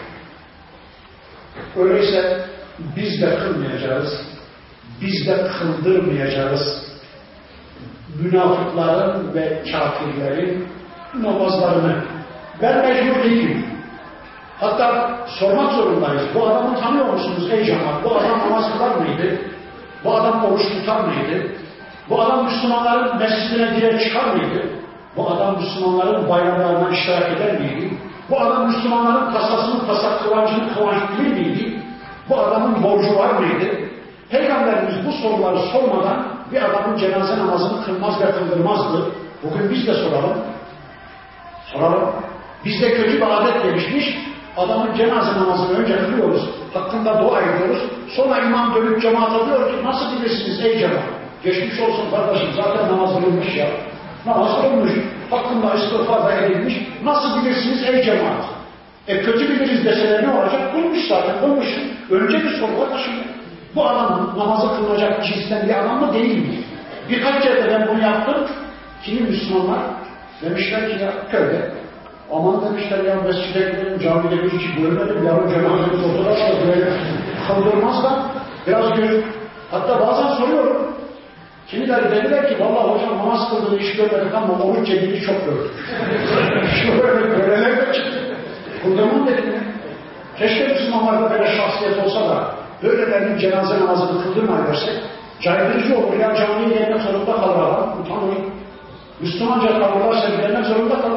Öyleyse biz de kılmayacağız. Biz de kıldırmayacağız. Münafıkların ve kafirlerin namazlarını. Ben mecbur değilim. Hatta sormak zorundayız. Bu adamı tanıyor musunuz ey cemaat? Bu adam namaz kılar mıydı? Bu adam oruç tutar mıydı? Bu adam Müslümanların mescidine girer çıkar mıydı? Bu adam Müslümanların bayramlarına iştirak eder miydi? Bu adam Müslümanların kasasını, kasa kıvancını kıvanç bilir miydi? Bu adamın borcu var mıydı? Peygamberimiz bu soruları sormadan bir adamın cenaze namazını kılmaz ve kıldırmazdı. Bugün biz de soralım. Soralım. Bizde kötü bir adet gelişmiş. Adamın cenaze namazını önce kılıyoruz. Hakkında dua ediyoruz. Sonra imam dönüp cemaate diyor ki nasıl bilirsiniz ey cemaat? Geçmiş olsun kardeşim, zaten namaz kılınmış ya. Namaz kılınmış. Hakkında istiğfar da edilmiş. Nasıl bilirsiniz ey cemaat? E kötü biliriz deseler ne olacak? Kılmış zaten, kılmış. Önce bir soru kardeşim. Bu adam namazı kılınacak cinsten bir adam mı değil mi? Birkaç yerde ben bunu yaptım. Kimi Müslümanlar demişler ki ya köyde, aman demişler ya mescide gidelim, camide bir hiç görmedim, yarın cenazemiz fotoğraf da böyle kaldırmaz da biraz göz. Hatta bazen soruyorum, kimileri dediler ki vallahi hocam namaz kıldığını hiç görmedik ama oruç yediğini çok gördük. Şöyle böyleler de çıktı. Kıldırmam dedim ya. Keşke Müslümanlarda böyle şahsiyet olsa da böylelerinin cenaze namazını kıldırmayıversek, Caydırıcı olur ya, camiye gelmek zorunda kalır adam, utanır. Müslümanca tavırlar sergilemek zorunda kalır.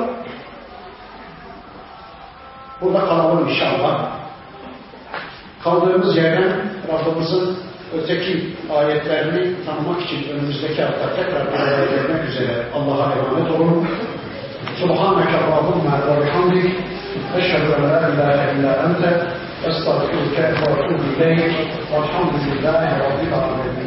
Burada kalalım inşallah. Kaldığımız yerden Rabbimizin öteki ayetlerini tanımak için önümüzdeki hafta tekrar bir gelmek üzere Allah'a emanet olun. Subhaneke Allahümme ve bihamdik. Eşhedü en la ilahe illa ente. Estağfirüke ve etûbü ileyk. Velhamdülillahi Rabbil alemin.